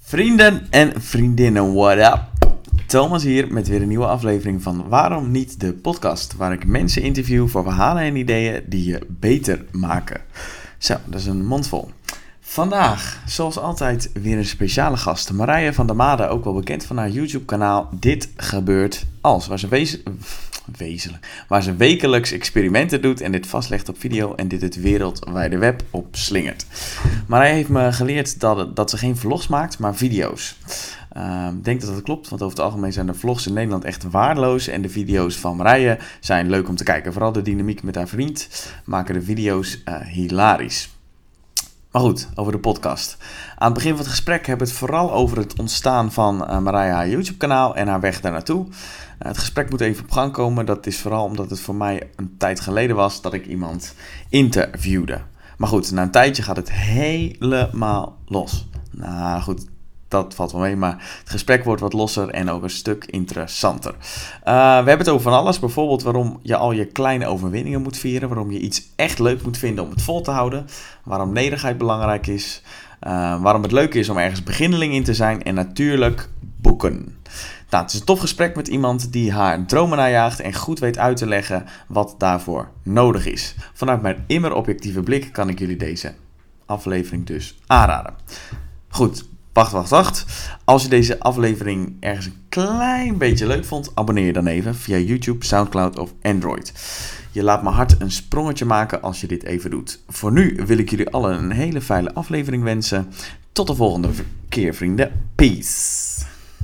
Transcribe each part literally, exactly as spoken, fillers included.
Vrienden en vriendinnen, what up? Thomas hier met weer een nieuwe aflevering van Waarom Niet de podcast, waar ik mensen interview voor verhalen en ideeën die je beter maken. Zo, dat is een mondvol. Vandaag, zoals altijd, weer een speciale gast. Marije van der Made, ook wel bekend van haar YouTube-kanaal Dit Gebeurt Als, waar ze wezen... Wezenlijk. Waar ze wekelijks experimenten doet en dit vastlegt op video en dit het wereldwijde web op slingert. Marije heeft me geleerd dat, dat ze geen vlogs maakt, maar video's. Uh, ik denk dat dat klopt, want over het algemeen zijn de vlogs in Nederland echt waardeloos. En de video's van Marije zijn leuk om te kijken. Vooral de dynamiek met haar vriend maken de video's uh, hilarisch. Maar goed, over de podcast. Aan het begin van het gesprek hebben we het vooral over het ontstaan van uh, Marije haar YouTube-kanaal en haar weg daar naartoe. Uh, het gesprek moet even op gang komen. Dat is vooral omdat het voor mij een tijd geleden was dat ik iemand interviewde. Maar goed, na een tijdje gaat het helemaal los. Nou goed, dat valt wel mee, maar het gesprek wordt wat losser en ook een stuk interessanter. Uh, we hebben het over van alles, bijvoorbeeld waarom je al je kleine overwinningen moet vieren, waarom je iets echt leuk moet vinden om het vol te houden, waarom nederigheid belangrijk is, uh, waarom het leuk is om ergens beginneling in te zijn en natuurlijk boeken. Nou, het is een tof gesprek met iemand die haar dromen najaagt en goed weet uit te leggen wat daarvoor nodig is. Vanuit mijn immer objectieve blik kan ik jullie deze aflevering dus aanraden. Goed. Wacht, wacht, wacht. Als je deze aflevering ergens een klein beetje leuk vond, abonneer je dan even via YouTube, Soundcloud of Android. Je laat mijn hart een sprongetje maken als je dit even doet. Voor nu wil ik jullie allen een hele fijne aflevering wensen. Tot de volgende keer, vrienden. Peace.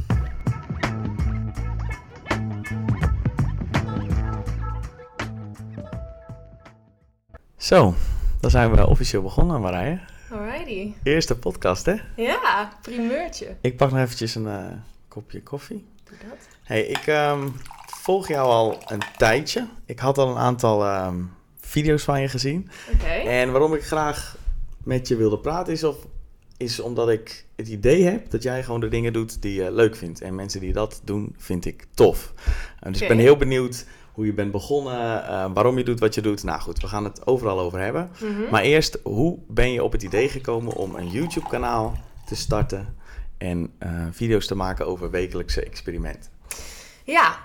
Zo, dan zijn we officieel begonnen, Marije. Alrighty. Eerste podcast, hè? Ja, primeurtje. Ik pak nog eventjes een uh, kopje koffie. Doe dat. Hey, ik um, volg jou al een tijdje. Ik had al een aantal um, video's van je gezien. Oké. Okay. En waarom ik graag met je wilde praten is, of, is omdat ik het idee heb dat jij gewoon de dingen doet die je leuk vindt. En mensen die dat doen, vind ik tof. Uh, dus okay. Ik ben heel benieuwd hoe je bent begonnen, uh, waarom je doet wat je doet. Nou goed, we gaan het overal over hebben. Mm-hmm. Maar eerst, hoe ben je op het idee gekomen om een YouTube-kanaal te starten en uh, video's te maken over wekelijkse experimenten? Ja,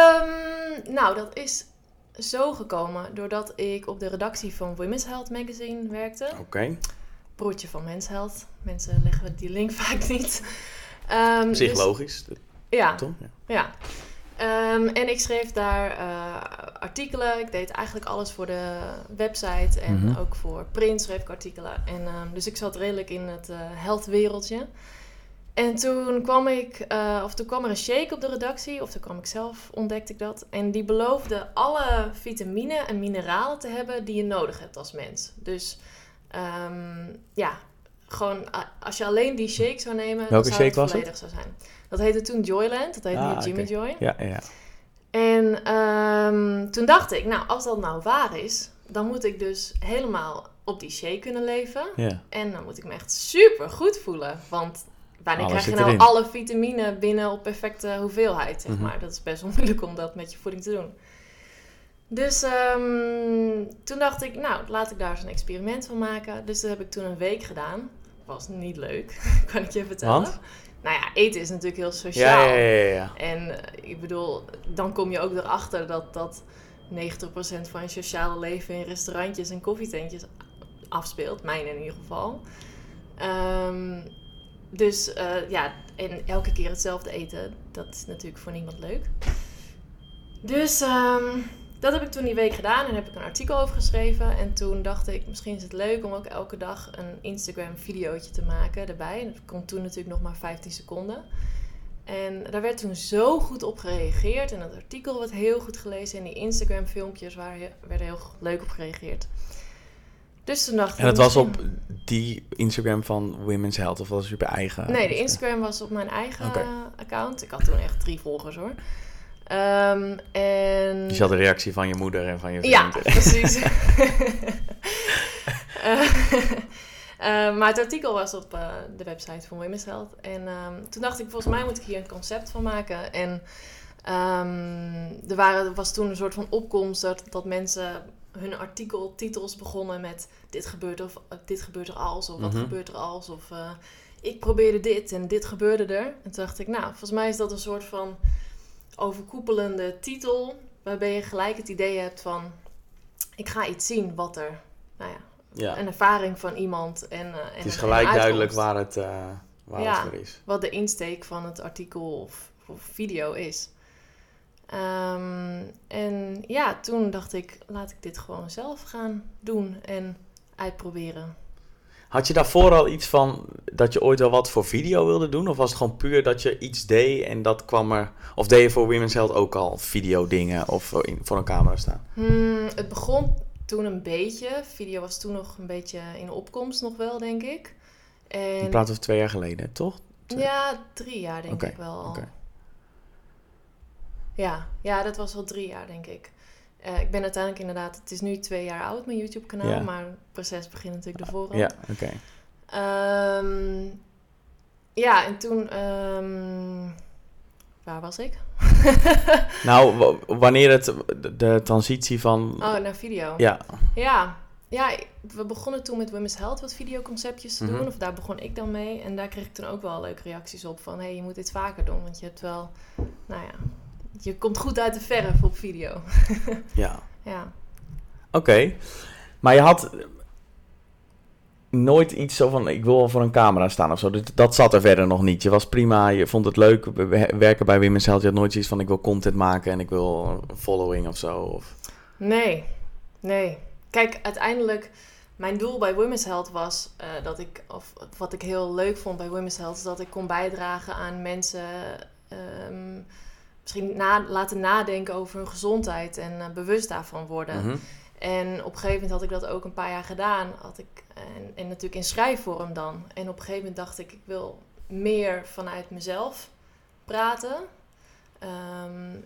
um, nou dat is zo gekomen doordat ik op de redactie van Women's Health Magazine werkte. Oké. Okay. Broertje van Men's Health. Mensen leggen die link vaak niet. Um, Op zich dus, logisch. Ja, Tom? Ja. ja. Um, en ik schreef daar uh, artikelen. Ik deed eigenlijk alles voor de website en mm-hmm. ook voor print schreef ik artikelen. En, um, dus ik zat redelijk in het uh, health wereldje. En toen kwam ik, uh, of toen kwam er een shake op de redactie, of toen kwam ik zelf, ontdekte ik dat. En die beloofde alle vitamine en mineralen te hebben die je nodig hebt als mens. Dus um, ja, gewoon als je alleen die shake zou nemen, welke dan zou shake het volledig was het? zou zijn. Dat heette toen Joyland, dat heet ah, nu Jimmy okay. Joy. Ja, ja. En um, toen dacht ik, nou, als dat nou waar is, dan moet ik dus helemaal op die shake kunnen leven. Yeah. En dan moet ik me echt super goed voelen. Want wanneer alles krijg je nou erin. alle vitamine binnen op perfecte hoeveelheid, zeg mm-hmm. maar. Dat is best wel moeilijk om dat met je voeding te doen. Dus um, toen dacht ik, nou, laat ik daar eens een experiment van maken. Dus dat heb ik toen een week gedaan. Was niet leuk, kan ik je vertellen. Want? Nou ja, eten is natuurlijk heel sociaal. Ja, ja, ja, ja. En uh, ik bedoel, dan kom je ook erachter dat, dat negentig procent van je sociale leven in restaurantjes en koffietentjes afspeelt. Mijn in ieder geval. Um, dus uh, ja, en elke keer hetzelfde eten, dat is natuurlijk voor niemand leuk. Dus um, dat heb ik toen die week gedaan en heb ik een artikel over geschreven. En toen dacht ik, misschien is het leuk om ook elke dag een Instagram videootje te maken erbij. En dat kon toen natuurlijk nog maar vijftien seconden. En daar werd toen zo goed op gereageerd. En dat artikel werd heel goed gelezen. En die Instagram filmpjes waren, werden heel leuk op gereageerd. Dus toen dacht ik... En dat misschien... was op die Instagram van Women's Health of was het op je eigen? Nee, de Instagram was op mijn eigen okay. account. Ik had toen echt drie volgers hoor. Um, en... Dus je had de reactie van je moeder en van je vriend. Ja, precies. uh, uh, maar het artikel was op uh, de website van Women's Health. En um, toen dacht ik, volgens mij moet ik hier een concept van maken. En um, er, waren, er was toen een soort van opkomst dat, dat mensen hun artikeltitels begonnen met dit gebeurt, of, uh, dit gebeurt er als, of wat mm-hmm. gebeurt er als, of uh, ik probeerde dit en dit gebeurde er. En toen dacht ik, nou, volgens mij is dat een soort van overkoepelende titel, waarbij je gelijk het idee hebt van, ik ga iets zien wat er, nou ja, Ja. een ervaring van iemand en, uh, en Het is een- gelijk een duidelijk uitkomst. waar het, uh, waar Ja. het voor is. Wat de insteek van het artikel of, of video is. Um, en ja, toen dacht ik, laat ik dit gewoon zelf gaan doen en uitproberen. Had je daarvoor al iets van dat je ooit wel wat voor video wilde doen? Of was het gewoon puur dat je iets deed en dat kwam er... Of deed je voor Women's Health ook al video dingen of voor, in, voor een camera staan? Hmm, het begon toen een beetje. Video was toen nog een beetje in opkomst nog wel, denk ik. En We praten over twee jaar geleden, toch? ja, drie jaar denk Oké, ik wel al. oké. Ja, ja, dat was wel drie jaar, denk ik. Uh, ik ben uiteindelijk inderdaad... Het is nu twee jaar oud, mijn YouTube-kanaal. Ja. Maar het proces begint natuurlijk ervoor al. Ja, oké. Um, ja, en toen... Um, waar was ik? Nou, w- wanneer het... De, de transitie van... Oh, naar video. Ja, Ja, ja, we begonnen toen met Women's Health wat videoconceptjes te Mhm. doen. Of daar begon ik dan mee. En daar kreeg ik toen ook wel leuke reacties op. Van, hé, hey, je moet dit vaker doen. Want je hebt wel... Nou ja, je komt goed uit de verf op video. ja. Ja. Oké. Maar je had nooit iets zo van, ik wil wel voor een camera staan of zo. Dus dat zat er verder nog niet. Je was prima, je vond het leuk we- werken bij Women's Health. Je had nooit zoiets van, ik wil content maken en ik wil een following of zo. Of... Nee, nee. Kijk, uiteindelijk, mijn doel bij Women's Health was uh, dat ik, of wat ik heel leuk vond bij Women's Health, is dat ik kon bijdragen aan mensen, um, misschien na, laten nadenken over hun gezondheid en uh, bewust daarvan worden. Mm-hmm. En op een gegeven moment had ik dat ook een paar jaar gedaan. Had ik, en, en natuurlijk in schrijfvorm dan. En op een gegeven moment dacht ik, ik wil meer vanuit mezelf praten. Um,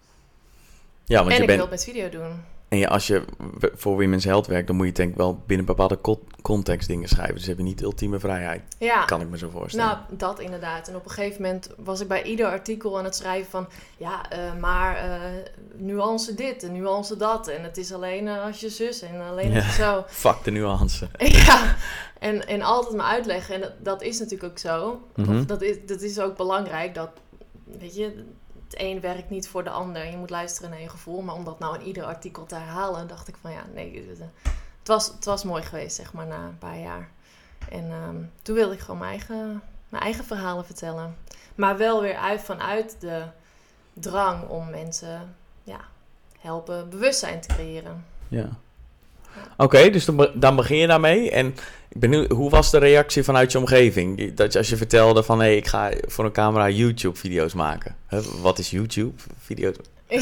Ja, want en je ik bent... wil het met video doen. En ja, als je w- voor Women's Health werkt, dan moet je denk ik wel binnen een bepaalde co- context dingen schrijven. Dus heb je niet ultieme vrijheid. Ja. Kan ik me zo voorstellen. Nou, dat inderdaad. En op een gegeven moment was ik bij ieder artikel aan het schrijven van... Ja, uh, maar uh, nuance dit en nuance dat. En het is alleen uh, als je zus en alleen Ja. als je zo. Fuck de nuance. Ja, en, en altijd maar uitleggen. En dat, dat is natuurlijk ook zo. Mhm. Of dat, is, dat is ook belangrijk. Dat, weet je, het een werkt niet voor de ander. Je moet luisteren naar je gevoel. Maar om dat nou in ieder artikel te herhalen, dacht ik van ja, nee... Het, het, was, het was mooi geweest, zeg maar, na een paar jaar. En um, toen wilde ik gewoon mijn eigen, mijn eigen verhalen vertellen. Maar wel weer uit vanuit de drang om mensen ja, helpen bewustzijn te creëren. Ja. Oké, okay, dus dan, dan begin je daarmee. En ik ben nu, hoe was de reactie vanuit je omgeving? Dat je, als je vertelde van, hé, hey, ik ga voor een camera YouTube-video's maken. Huh, wat is YouTube-video's?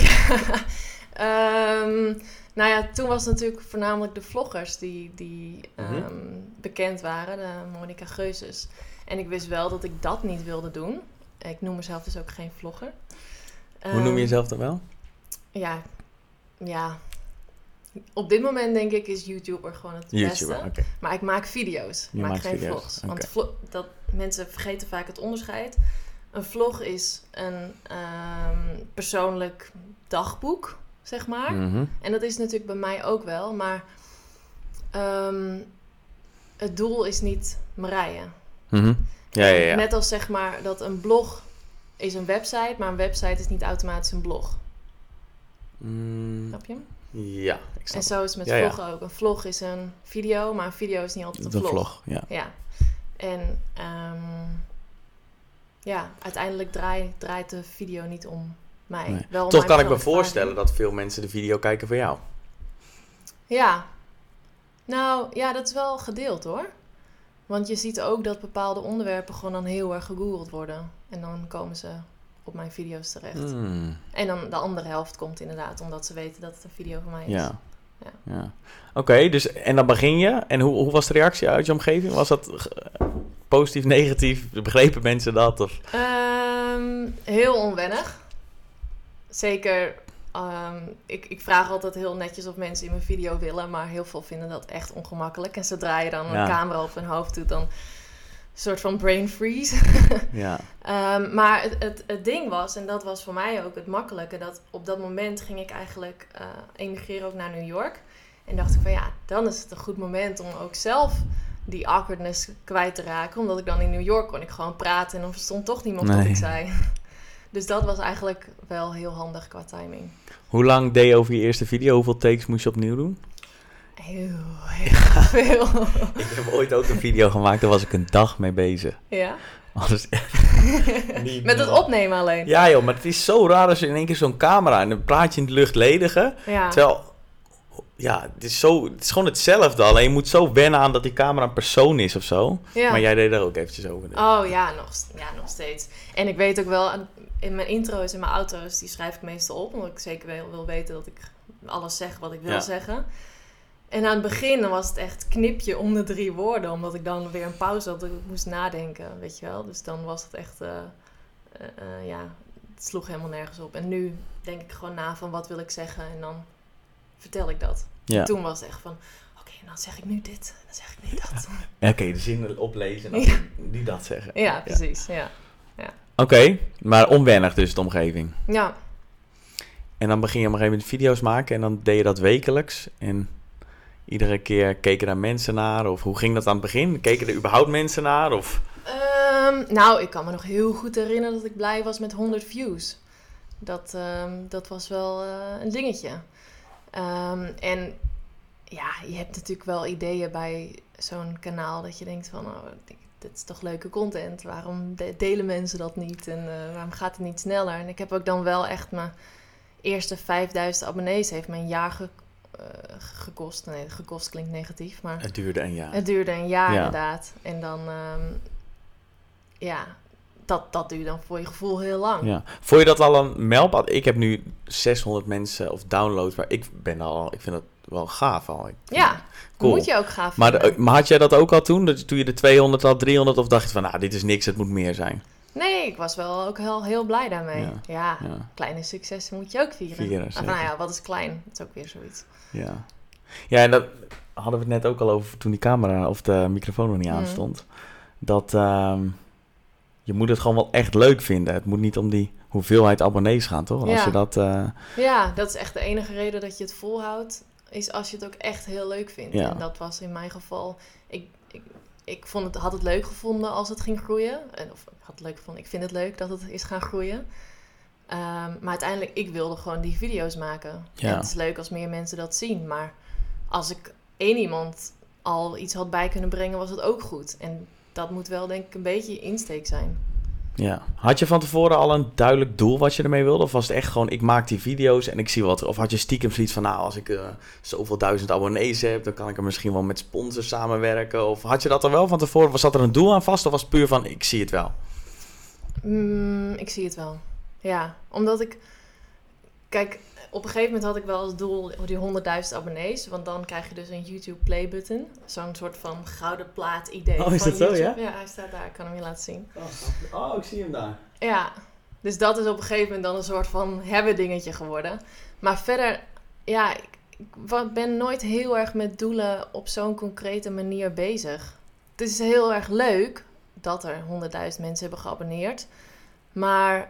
Ja, um, nou ja, toen was het natuurlijk voornamelijk de vloggers die, die um, mm-hmm. bekend waren. De Monica Geuzes. En ik wist wel dat ik dat niet wilde doen. Ik noem mezelf dus ook geen vlogger. Hoe um, noem je jezelf dan wel? Ja, ja... Op dit moment denk ik is YouTuber gewoon het YouTuber, beste. Okay. Maar ik maak video's. Ik maak geen video's. vlogs. Okay. Want vlo- dat, mensen vergeten vaak het onderscheid. Een vlog is een um, persoonlijk dagboek, zeg maar. Mm-hmm. En dat is natuurlijk bij mij ook wel. Maar um, het doel is niet Marije. Mm-hmm. Ja, ja, ja. Net als zeg maar dat een blog is een website. Maar een website is niet automatisch een blog. Mm. Snap je hem? Ja, ik snap En zo is het met ja, vloggen ja. ook. Een vlog is een video, maar een video is niet altijd een de vlog. vlog. Ja. Ja. En um, ja, uiteindelijk draai, draait de video niet om mij. Nee. Wel om Toch kan ik me ervaring. voorstellen dat veel mensen de video kijken voor jou. Ja. Nou, ja, dat is wel gedeeld hoor. Want je ziet ook dat bepaalde onderwerpen gewoon dan heel erg gegoogeld worden. En dan komen ze op mijn video's terecht. Mm. En dan de andere helft komt inderdaad omdat ze weten dat het een video van mij is. Ja. Ja. ja. Oké, okay, dus en dan begin je. En hoe, hoe was de reactie uit je omgeving? Was dat uh, positief, negatief? Begrepen mensen dat? Of? Um, heel onwennig. Zeker, um, ik, ik vraag altijd heel netjes of mensen in mijn video willen, maar heel veel vinden dat echt ongemakkelijk. En zodra je dan een ja. camera op hun hoofd doet, dan een soort van brain freeze. ja. Um, maar het, het, het ding was, en dat was voor mij ook het makkelijke, dat op dat moment ging ik eigenlijk uh, emigreren ook naar New York. En dacht ik van ja, dan is het een goed moment om ook zelf die awkwardness kwijt te raken. Omdat ik dan in New York kon ik gewoon praten en dan verstond toch niemand Nee. wat ik zei. Dus dat was eigenlijk wel heel handig qua timing. Hoe lang deed je over je eerste video? Hoeveel takes moest je opnieuw doen? Heel, heel veel. Ik heb ooit ook een video gemaakt, daar was ik een dag mee bezig. Ja? Alles niet Met het opnemen alleen. Ja joh, maar het is zo raar als je in één keer zo'n camera en dan praat je in de lucht ledigen. Ja. Terwijl, ja, het is, zo, het is gewoon hetzelfde. Alleen je moet zo wennen aan dat die camera een persoon is of zo. Ja. Maar jij deed daar ook eventjes over. Oh ja nog, ja, nog steeds. En ik weet ook wel, in mijn intro's en mijn outro's, die schrijf ik meestal op. Omdat ik zeker wil, wil weten dat ik alles zeg wat ik wil Ja. zeggen. En aan het begin dan was het echt knipje om de drie woorden. Omdat ik dan weer een pauze had, dat ik moest nadenken, weet je wel. Dus dan was het echt, uh, uh, uh, ja, het sloeg helemaal nergens op. En nu denk ik gewoon na van wat wil ik zeggen en dan vertel ik dat. Ja. En toen was het echt van, oké, okay, dan zeg ik nu dit, dan zeg ik nu dat. Oké, okay, de zinnen oplezen en dan Ja. niet dat zeggen. Ja, precies, ja. ja. Oké, okay, maar onwennig dus de omgeving. Ja. En dan begin je op een gegeven moment video's maken en dan deed je dat wekelijks. En iedere keer keken daar mensen naar? Of hoe ging dat aan het begin? Keken er überhaupt mensen naar? Of? Um, nou, ik kan me nog heel goed herinneren dat ik blij was met honderd views. Dat, um, dat was wel uh, een dingetje. Um, en ja, je hebt natuurlijk wel ideeën bij zo'n kanaal dat je denkt van, oh, dit is toch leuke content. Waarom de- delen mensen dat niet? En uh, waarom gaat het niet sneller? En ik heb ook dan wel echt mijn eerste vijfduizend abonnees heeft me een jaar ge- uh, gekost. Nee, gekost klinkt negatief, maar Het duurde een jaar. het duurde een jaar Ja. inderdaad. En dan, um, ja, dat, dat duurde dan voor je gevoel heel lang. Ja. Vond je dat al een mijlpaal? Ik heb nu zeshonderd mensen of downloads, maar ik ben al, ik vind dat wel gaaf al. Ik, Ja, cool. moet je ook gaaf Maar, vinden. de, maar had jij dat ook al toen? Dat, toen je de tweehonderd had, driehonderd of dacht je van, nou, dit is niks, het moet meer zijn? Nee, ik was wel ook heel, heel blij daarmee. Ja. Ja, Ja. kleine successen moet je ook vieren. Vieren, Of, zeker. nou ja, wat is klein? Dat is ook weer zoiets. Ja. Ja, en dat hadden we het net ook al over toen die camera of de microfoon nog niet Mhm. aanstond. Dat ehm, je moet het gewoon wel echt leuk vinden. Het moet niet om die hoeveelheid abonnees gaan, toch? Als Ja. je dat... eh, Ja, dat is echt de enige reden dat je het volhoudt. Is als je het ook echt heel leuk vindt. Ja. En dat was in mijn geval... Ik, ik, ik vond het, had het leuk gevonden als het ging groeien. En, of ik had het leuk gevonden. Ik vind het leuk dat het is gaan groeien. Um, maar uiteindelijk, ik wilde gewoon die video's maken. Ja. En het is leuk als meer mensen dat zien. Maar als ik één iemand al iets had bij kunnen brengen, was het ook goed. En dat moet wel, denk ik, een beetje je insteek zijn. Ja. Had je van tevoren al een duidelijk doel wat je ermee wilde? Of was het echt gewoon, ik maak die video's en ik zie wat... Of had je stiekem zoiets van, nou, als ik uh, zoveel duizend abonnees heb... dan kan ik er misschien wel met sponsors samenwerken? Of had je dat er wel van tevoren? Was dat er een doel aan vast? Of was het puur van, ik zie het wel? Mm, ik zie het wel. Ja, omdat ik... Kijk, op een gegeven moment had ik wel als doel die honderdduizend abonnees. Want dan krijg je dus een YouTube play button. Zo'n soort van gouden plaat idee. Oh, is van dat zo, YouTube. ja? Ja, hij staat daar. Ik kan hem je laten zien. Oh, ik zie hem daar. Ja, dus dat is op een gegeven moment dan een soort van hebben dingetje geworden. Maar verder, ja, ik, ik wa- ben nooit heel erg met doelen op zo'n concrete manier bezig. Het is heel erg leuk dat er honderdduizend mensen hebben geabonneerd. Maar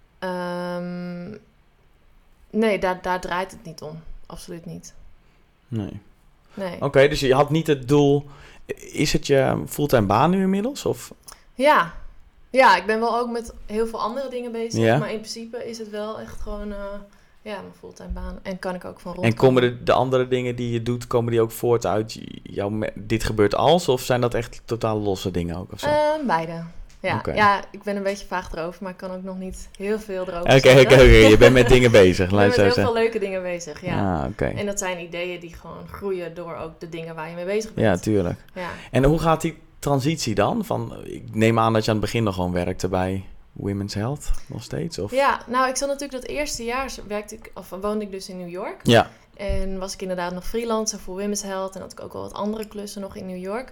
um, nee, daar, daar draait het niet om. Absoluut niet. Nee. Nee. Oké, okay, dus je had niet het doel... Is het je fulltime baan nu inmiddels? Of? Ja. Ja, ik ben wel ook met heel veel andere dingen bezig. Ja. Maar in principe is het wel echt gewoon uh, ja, mijn fulltime baan. En kan ik ook van rond. En komen de, de andere dingen die je doet, komen die ook voort uit jouw... Me- dit gebeurt als? Of zijn dat echt totaal losse dingen ook? Of zo? Uh, beide. Ja. Okay. Ja, ik ben een beetje vaag erover, maar ik kan ook nog niet heel veel erover Oké, zeggen. oké, oké. Je bent met dingen bezig. Ik ben Laat met zo heel zeggen. veel leuke dingen bezig, ja. Ah, oké. En dat zijn ideeën die gewoon groeien door ook de dingen waar je mee bezig bent. Ja, tuurlijk. Ja. En hoe gaat die transitie dan? Van, ik neem aan dat je aan het begin nog gewoon werkte bij Women's Health nog steeds? Of? Ja, nou, ik zat natuurlijk dat eerste jaar werkte ik, of woonde ik dus in New York. Ja. En was ik inderdaad nog freelancer voor Women's Health. En had ik ook wel wat andere klussen nog in New York.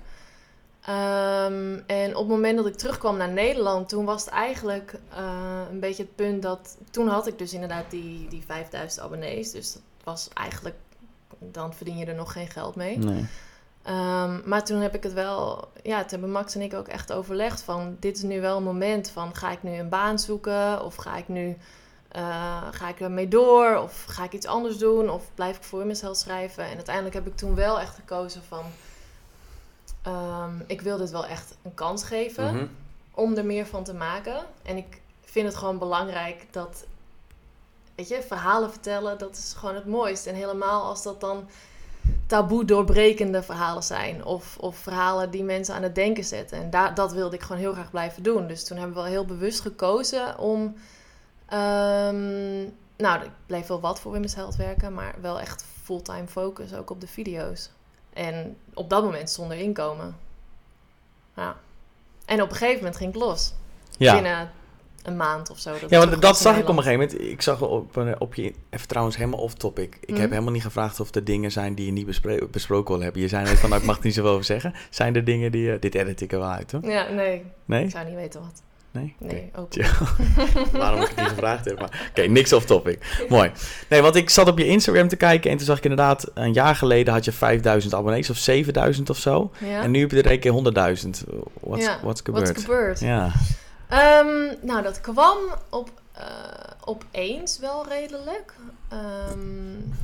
Um, en op het moment dat ik terugkwam naar Nederland, toen was het eigenlijk uh, een beetje het punt dat... Toen had ik dus inderdaad die, die vijfduizend abonnees. Dus dat was eigenlijk... Dan verdien je er nog geen geld mee. Nee. Um, maar toen heb ik het wel... Ja, toen hebben Max en ik ook echt overlegd van... Dit is nu wel een moment van... Ga ik nu een baan zoeken? Of ga ik nu... Uh, ga ik ermee door? Of ga ik iets anders doen? Of blijf ik voor mezelf schrijven? En uiteindelijk heb ik toen wel echt gekozen van... um, ik wil dit wel echt een kans geven Mm-hmm. om er meer van te maken. En ik vind het gewoon belangrijk dat, weet je, verhalen vertellen, dat is gewoon het mooist. En helemaal als dat dan taboe doorbrekende verhalen zijn. Of, of verhalen die mensen aan het denken zetten. En daar, dat wilde ik gewoon heel graag blijven doen. Dus toen hebben we wel heel bewust gekozen om... Um, nou, ik bleef wel wat voor Women's Health werken, maar wel echt fulltime focus ook op de video's. En op dat moment zonder inkomen. Ja. En op een gegeven moment ging het los. Ja. Binnen een maand of zo. Dat Ja, het want terug dat was in zag ik op een Nederland. gegeven moment. Ik zag op, op je, even trouwens helemaal off topic. Ik Mhm. heb helemaal niet gevraagd of er dingen zijn die je niet bespre- besproken wil hebben. Je zei net van, nou, ik mag er niet zoveel over zeggen. Zijn er dingen die je... Dit edit ik er wel uit, hoor. Ja, nee. Nee? Ik zou niet weten wat. Nee? Nee, Oké. ook Tja. Waarom ik het niet gevraagd heb. Maar... Oké, okay, niks off topic. Mooi. Nee, want ik zat op je Instagram te kijken en toen zag ik inderdaad... Een jaar geleden had je vijfduizend abonnees of zevenduizend of zo. Ja? En nu heb je er een keer honderdduizend. What's, Ja, what's gebeurd? What's gebeurd? Ja. Um, nou, dat kwam op, uh, opeens wel redelijk. Um,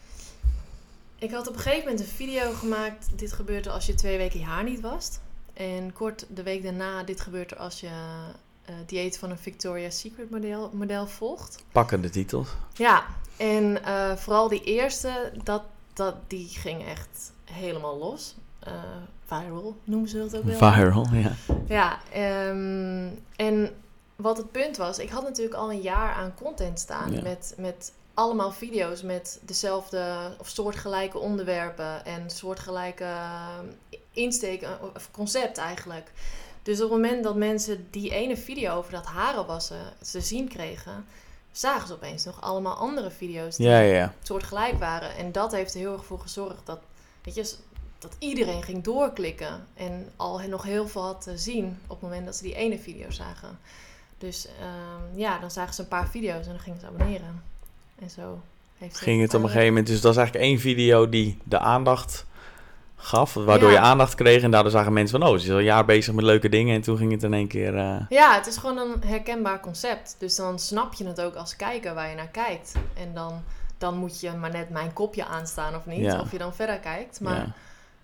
ik had op een gegeven moment een video gemaakt. Dit gebeurt er als je twee weken je haar niet wast. En kort de week daarna, dit gebeurt er als je uh, dieet van een Victoria's Secret model, model volgt. Pakkende titels. Ja, en uh, vooral die eerste, dat, dat, die ging echt helemaal los. Uh, viral noemen ze dat ook wel. Viral, ja. Ja, um, en wat het punt was, ik had natuurlijk al een jaar aan content staan. Ja. Met, met allemaal video's met dezelfde of soortgelijke onderwerpen en soortgelijke insteek of concept eigenlijk. Dus op het moment dat mensen die ene video over dat haren wassen te zien kregen, zagen ze opeens nog allemaal andere video's die Ja, ja, ja. soortgelijk waren. En dat heeft er heel erg voor gezorgd dat, weet je, dat iedereen ging doorklikken en al nog heel veel had te zien op het moment dat ze die ene video zagen. Dus um, ja, dan zagen ze een paar video's en dan gingen ze abonneren. En zo heeft Ging het op een gegeven moment... Dus dat was eigenlijk één video die de aandacht gaf, waardoor Ja. je aandacht kreeg. En daardoor zagen mensen van, oh, ze is al een jaar bezig met leuke dingen. En toen ging het in één keer... Uh... Ja, het is gewoon een herkenbaar concept. Dus dan snap je het ook als kijker waar je naar kijkt. En dan, dan moet je maar net mijn kopje aanstaan of niet. Ja. Of je dan verder kijkt. Maar Ja.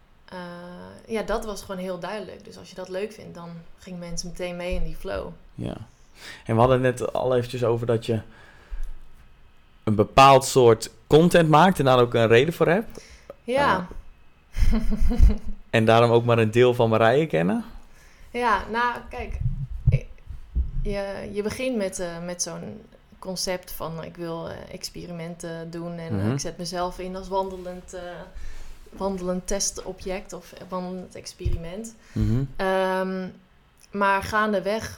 uh, ja, dat was gewoon heel duidelijk. Dus als je dat leuk vindt, dan gingen mensen meteen mee in die flow. Ja. En we hadden het net al eventjes over dat je een bepaald soort content maakt en daar ook een reden voor hebt. Ja. Uh, en daarom ook maar een deel van Marije kennen. Ja, nou, kijk. Je, je begint met, uh, met zo'n concept van ik wil uh, experimenten doen en Mm-hmm. uh, ik zet mezelf in als wandelend, uh, wandelend testobject of wandelend experiment. Mm-hmm. Um, maar gaandeweg,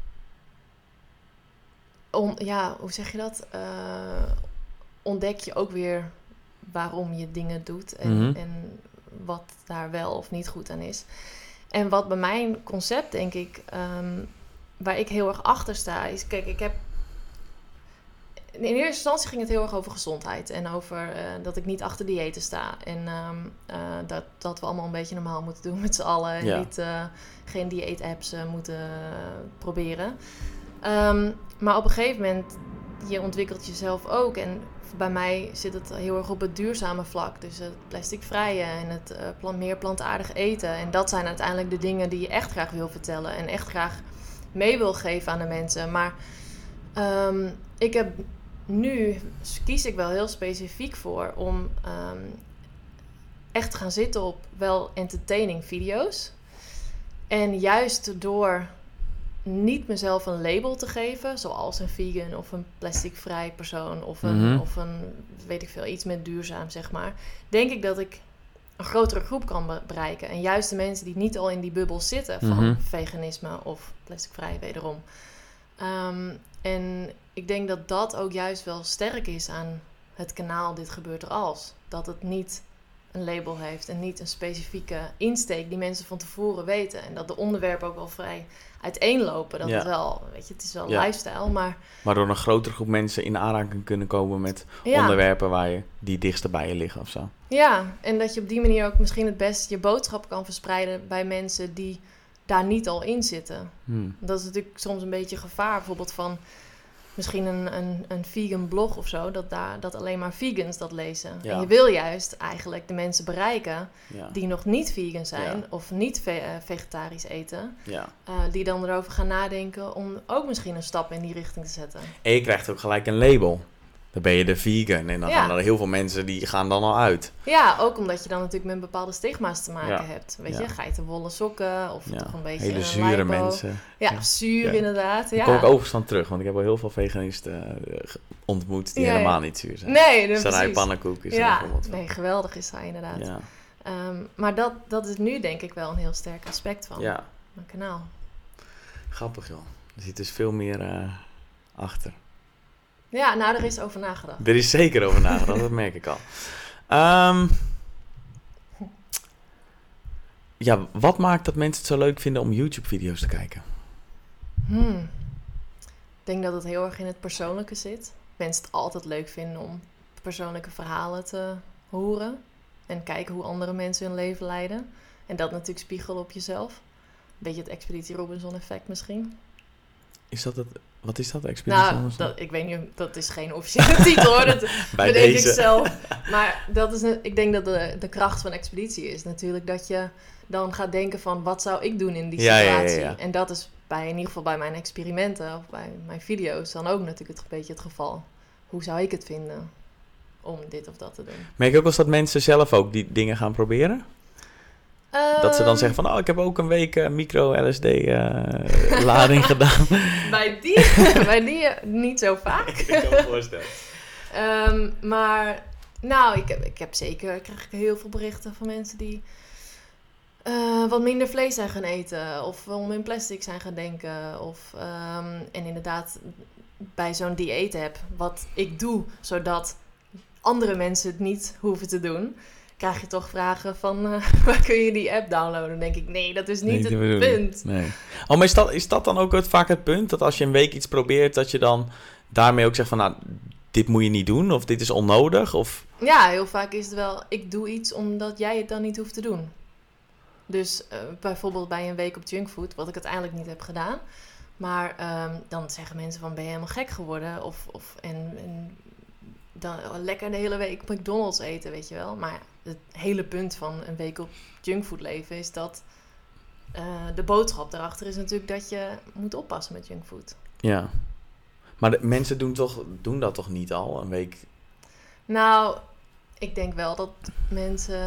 om, ja, hoe zeg je dat? Uh, ontdek je ook weer waarom je dingen doet en, Mm-hmm. en wat daar wel of niet goed aan is. En wat bij mijn concept, denk ik, um, waar ik heel erg achter sta, is... Kijk, ik heb... In eerste instantie ging het heel erg over gezondheid. En over uh, dat ik niet achter diëten sta. En um, uh, dat, dat we allemaal een beetje normaal moeten doen met z'n allen. En Ja. niet, uh, geen dieet-apps uh, moeten uh, proberen. Um, maar op een gegeven moment, je ontwikkelt jezelf ook. En bij mij zit het heel erg op het duurzame vlak. Dus het plasticvrije en het uh, plant, meer plantaardig eten. En dat zijn uiteindelijk de dingen die je echt graag wil vertellen. En echt graag mee wil geven aan de mensen. Maar um, ik heb nu, kies ik wel heel specifiek voor om um, echt te gaan zitten op wel entertaining video's. En juist door niet mezelf een label te geven, zoals een vegan of een plasticvrij persoon of een, Mm-hmm. of een, weet ik veel, iets met duurzaam, zeg maar, denk ik dat ik een grotere groep kan bereiken. En juist de mensen die niet al in die bubbel zitten van Mm-hmm. veganisme of plasticvrij wederom. Um, en ik denk dat dat ook juist wel sterk is aan het kanaal Dit Gebeurt Er Als. Dat het niet een label heeft en niet een specifieke insteek die mensen van tevoren weten. En dat de onderwerpen ook wel vrij uiteenlopen. Dat Ja. het wel, weet je, het is wel Ja. lifestyle, maar... Waardoor een grotere groep mensen in aanraking kunnen komen met Ja. onderwerpen waar je, die dichtst bij je liggen of zo. Ja, en dat je op die manier ook misschien het best je boodschap kan verspreiden bij mensen die daar niet al in zitten. Hmm. Dat is natuurlijk soms een beetje gevaar, bijvoorbeeld van... misschien een, een, een vegan blog of zo, dat, daar, dat alleen maar vegans dat lezen. Ja. En je wil juist eigenlijk de mensen bereiken Ja. die nog niet vegan zijn Ja. of niet ve- uh, vegetarisch eten. Ja. Uh, die dan erover gaan nadenken om ook misschien een stap in die richting te zetten. En je krijgt ook gelijk een label. Dan ben je de vegan. En dan Ja. gaan er heel veel mensen die gaan dan al uit. Ja, ook omdat je dan natuurlijk met bepaalde stigma's te maken Ja. hebt. Weet Ja. je, geitenwolle sokken of Ja. toch een beetje Hele een zure lipo. mensen. Ja, Ja. zuur Ja. inderdaad. Daar Ja. kom ik overigens van terug. Want ik heb al heel veel veganisten uh, ontmoet die Ja, ja. helemaal niet zuur zijn. Nee, dat Sarai precies. pannenkoek is er Ja, bijvoorbeeld van. nee, geweldig is hij inderdaad. Ja. Um, maar dat, dat is nu denk ik wel een heel sterk aspect van ja, mijn kanaal. grappig joh. Er zit dus veel meer uh, achter. Ja, nou, er is over nagedacht. Er is zeker over nagedacht, dat merk ik al. Um, ja, wat maakt dat mensen het zo leuk vinden om YouTube-video's te kijken? Hmm. Ik denk dat het heel erg in het persoonlijke zit. Mensen het altijd leuk vinden om persoonlijke verhalen te horen. En kijken hoe andere mensen hun leven leiden. En dat natuurlijk spiegelen op jezelf. Een beetje het Expeditie Robinson effect misschien. Is dat het? Wat is dat, Expeditie Nou, Robinson? dat, ik weet niet, dat is geen officiële titel hoor. Dat Bij bedenk deze. ik zelf. Maar dat is, ik denk dat de, de kracht van Expeditie is natuurlijk dat je dan gaat denken van wat zou ik doen in die Ja, ja, situatie. ja, ja. En dat is bij, in ieder geval bij mijn experimenten of bij mijn video's dan ook natuurlijk het, een beetje het geval. Hoe zou ik het vinden om dit of dat te doen? Merk je ook wel eens dat mensen zelf ook die dingen gaan proberen? Dat ze dan Ehm, zeggen van, oh, ik heb ook een week uh, micro-L S D-lading uh, gedaan. Bij die, bij die uh, niet zo vaak. Ik kan me voorstellen. Um, maar nou, ik heb, ik heb zeker, krijg ik heel veel berichten van mensen die uh, wat minder vlees zijn gaan eten. Of om in plastic zijn gaan denken. Of, um, en inderdaad bij zo'n dieet heb, wat ik doe, zodat andere mensen het niet hoeven te doen. Krijg je toch vragen van, uh, waar kun je die app downloaden? Dan denk ik, nee, dat is niet Nee, het punt. Nee. Oh, maar is dat, is dat dan ook het, vaak het punt? Dat als je een week iets probeert, dat je dan daarmee ook zegt van, nou, dit moet je niet doen? Of dit is onnodig? Of... Ja, heel vaak is het wel, ik doe iets omdat jij het dan niet hoeft te doen. Dus uh, bijvoorbeeld bij een week op junkfood, wat ik uiteindelijk niet heb gedaan. Maar um, dan zeggen mensen van, ben je helemaal gek geworden? Of, of en, en dan oh, lekker de hele week McDonald's eten, weet je wel. Maar het hele punt van een week op junkfood leven is dat uh, de boodschap daarachter is natuurlijk dat je moet oppassen met junkfood. Ja. Maar de, mensen doen, toch, doen dat toch niet al, een week? Nou, ik denk wel dat mensen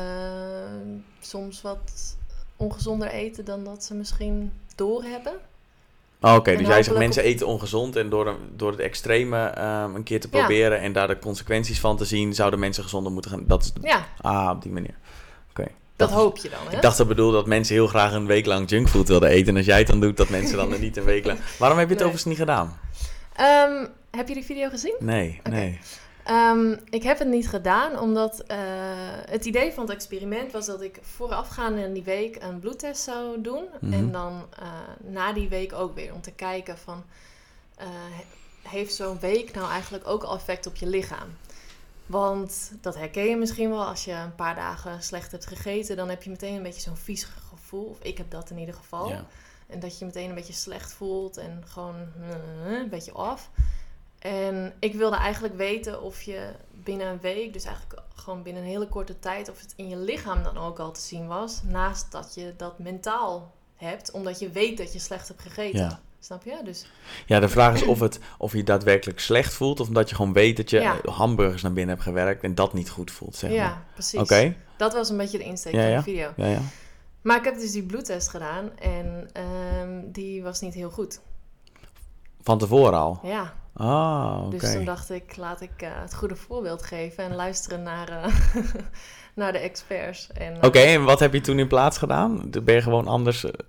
soms wat ongezonder eten dan dat ze misschien doorhebben. Oh, Oké, okay, dus jij zegt op... mensen eten ongezond en door, door het extreme um, een keer te proberen ja. en daar de consequenties van te zien, zouden mensen gezonder moeten gaan. Dat is de... Ja. Ah, op die manier. Oké. Okay. Dat, dat hoop je dan, hè? Ik dacht dat bedoel dat mensen heel graag een week lang junkfood wilden eten. En als jij het dan doet, dat mensen dan er niet een week lang... Waarom heb je het nee. overigens niet gedaan? Um, heb je die video gezien? Nee, okay. nee. Um, ik heb het niet gedaan, omdat uh, het idee van het experiment was dat ik voorafgaande in die week een bloedtest zou doen. Mm-hmm. En dan uh, na die week ook weer, om te kijken van... Uh, heeft zo'n week nou eigenlijk ook al effect op je lichaam? Want dat herken je misschien wel, als je een paar dagen slecht hebt gegeten, dan heb je meteen een beetje zo'n vies gevoel. Of ik heb dat in ieder geval. Ja. En dat je meteen een beetje slecht voelt en gewoon uh, een beetje af. En ik wilde eigenlijk weten of je binnen een week, dus eigenlijk gewoon binnen een hele korte tijd, of het in je lichaam dan ook al te zien was. Naast dat je dat mentaal hebt, omdat je weet dat je slecht hebt gegeten. Ja. Snap je? Dus... Ja, de vraag is of, het, of je daadwerkelijk slecht voelt, of omdat je gewoon weet dat je ja. hamburgers naar binnen hebt gewerkt en dat niet goed voelt, zeg maar. Ja, precies. Oké. Okay. Dat was een beetje de insteek ja, van ja. de video. Ja, ja. Maar ik heb dus die bloedtest gedaan en um, die was niet heel goed. Van tevoren al? Ja. Ah, oké. Okay. Dus toen dacht ik, laat ik uh, het goede voorbeeld geven en luisteren naar, uh, naar de experts. Uh, Oké, okay, en wat heb je toen in plaats gedaan? Ben je gewoon anders... Uh...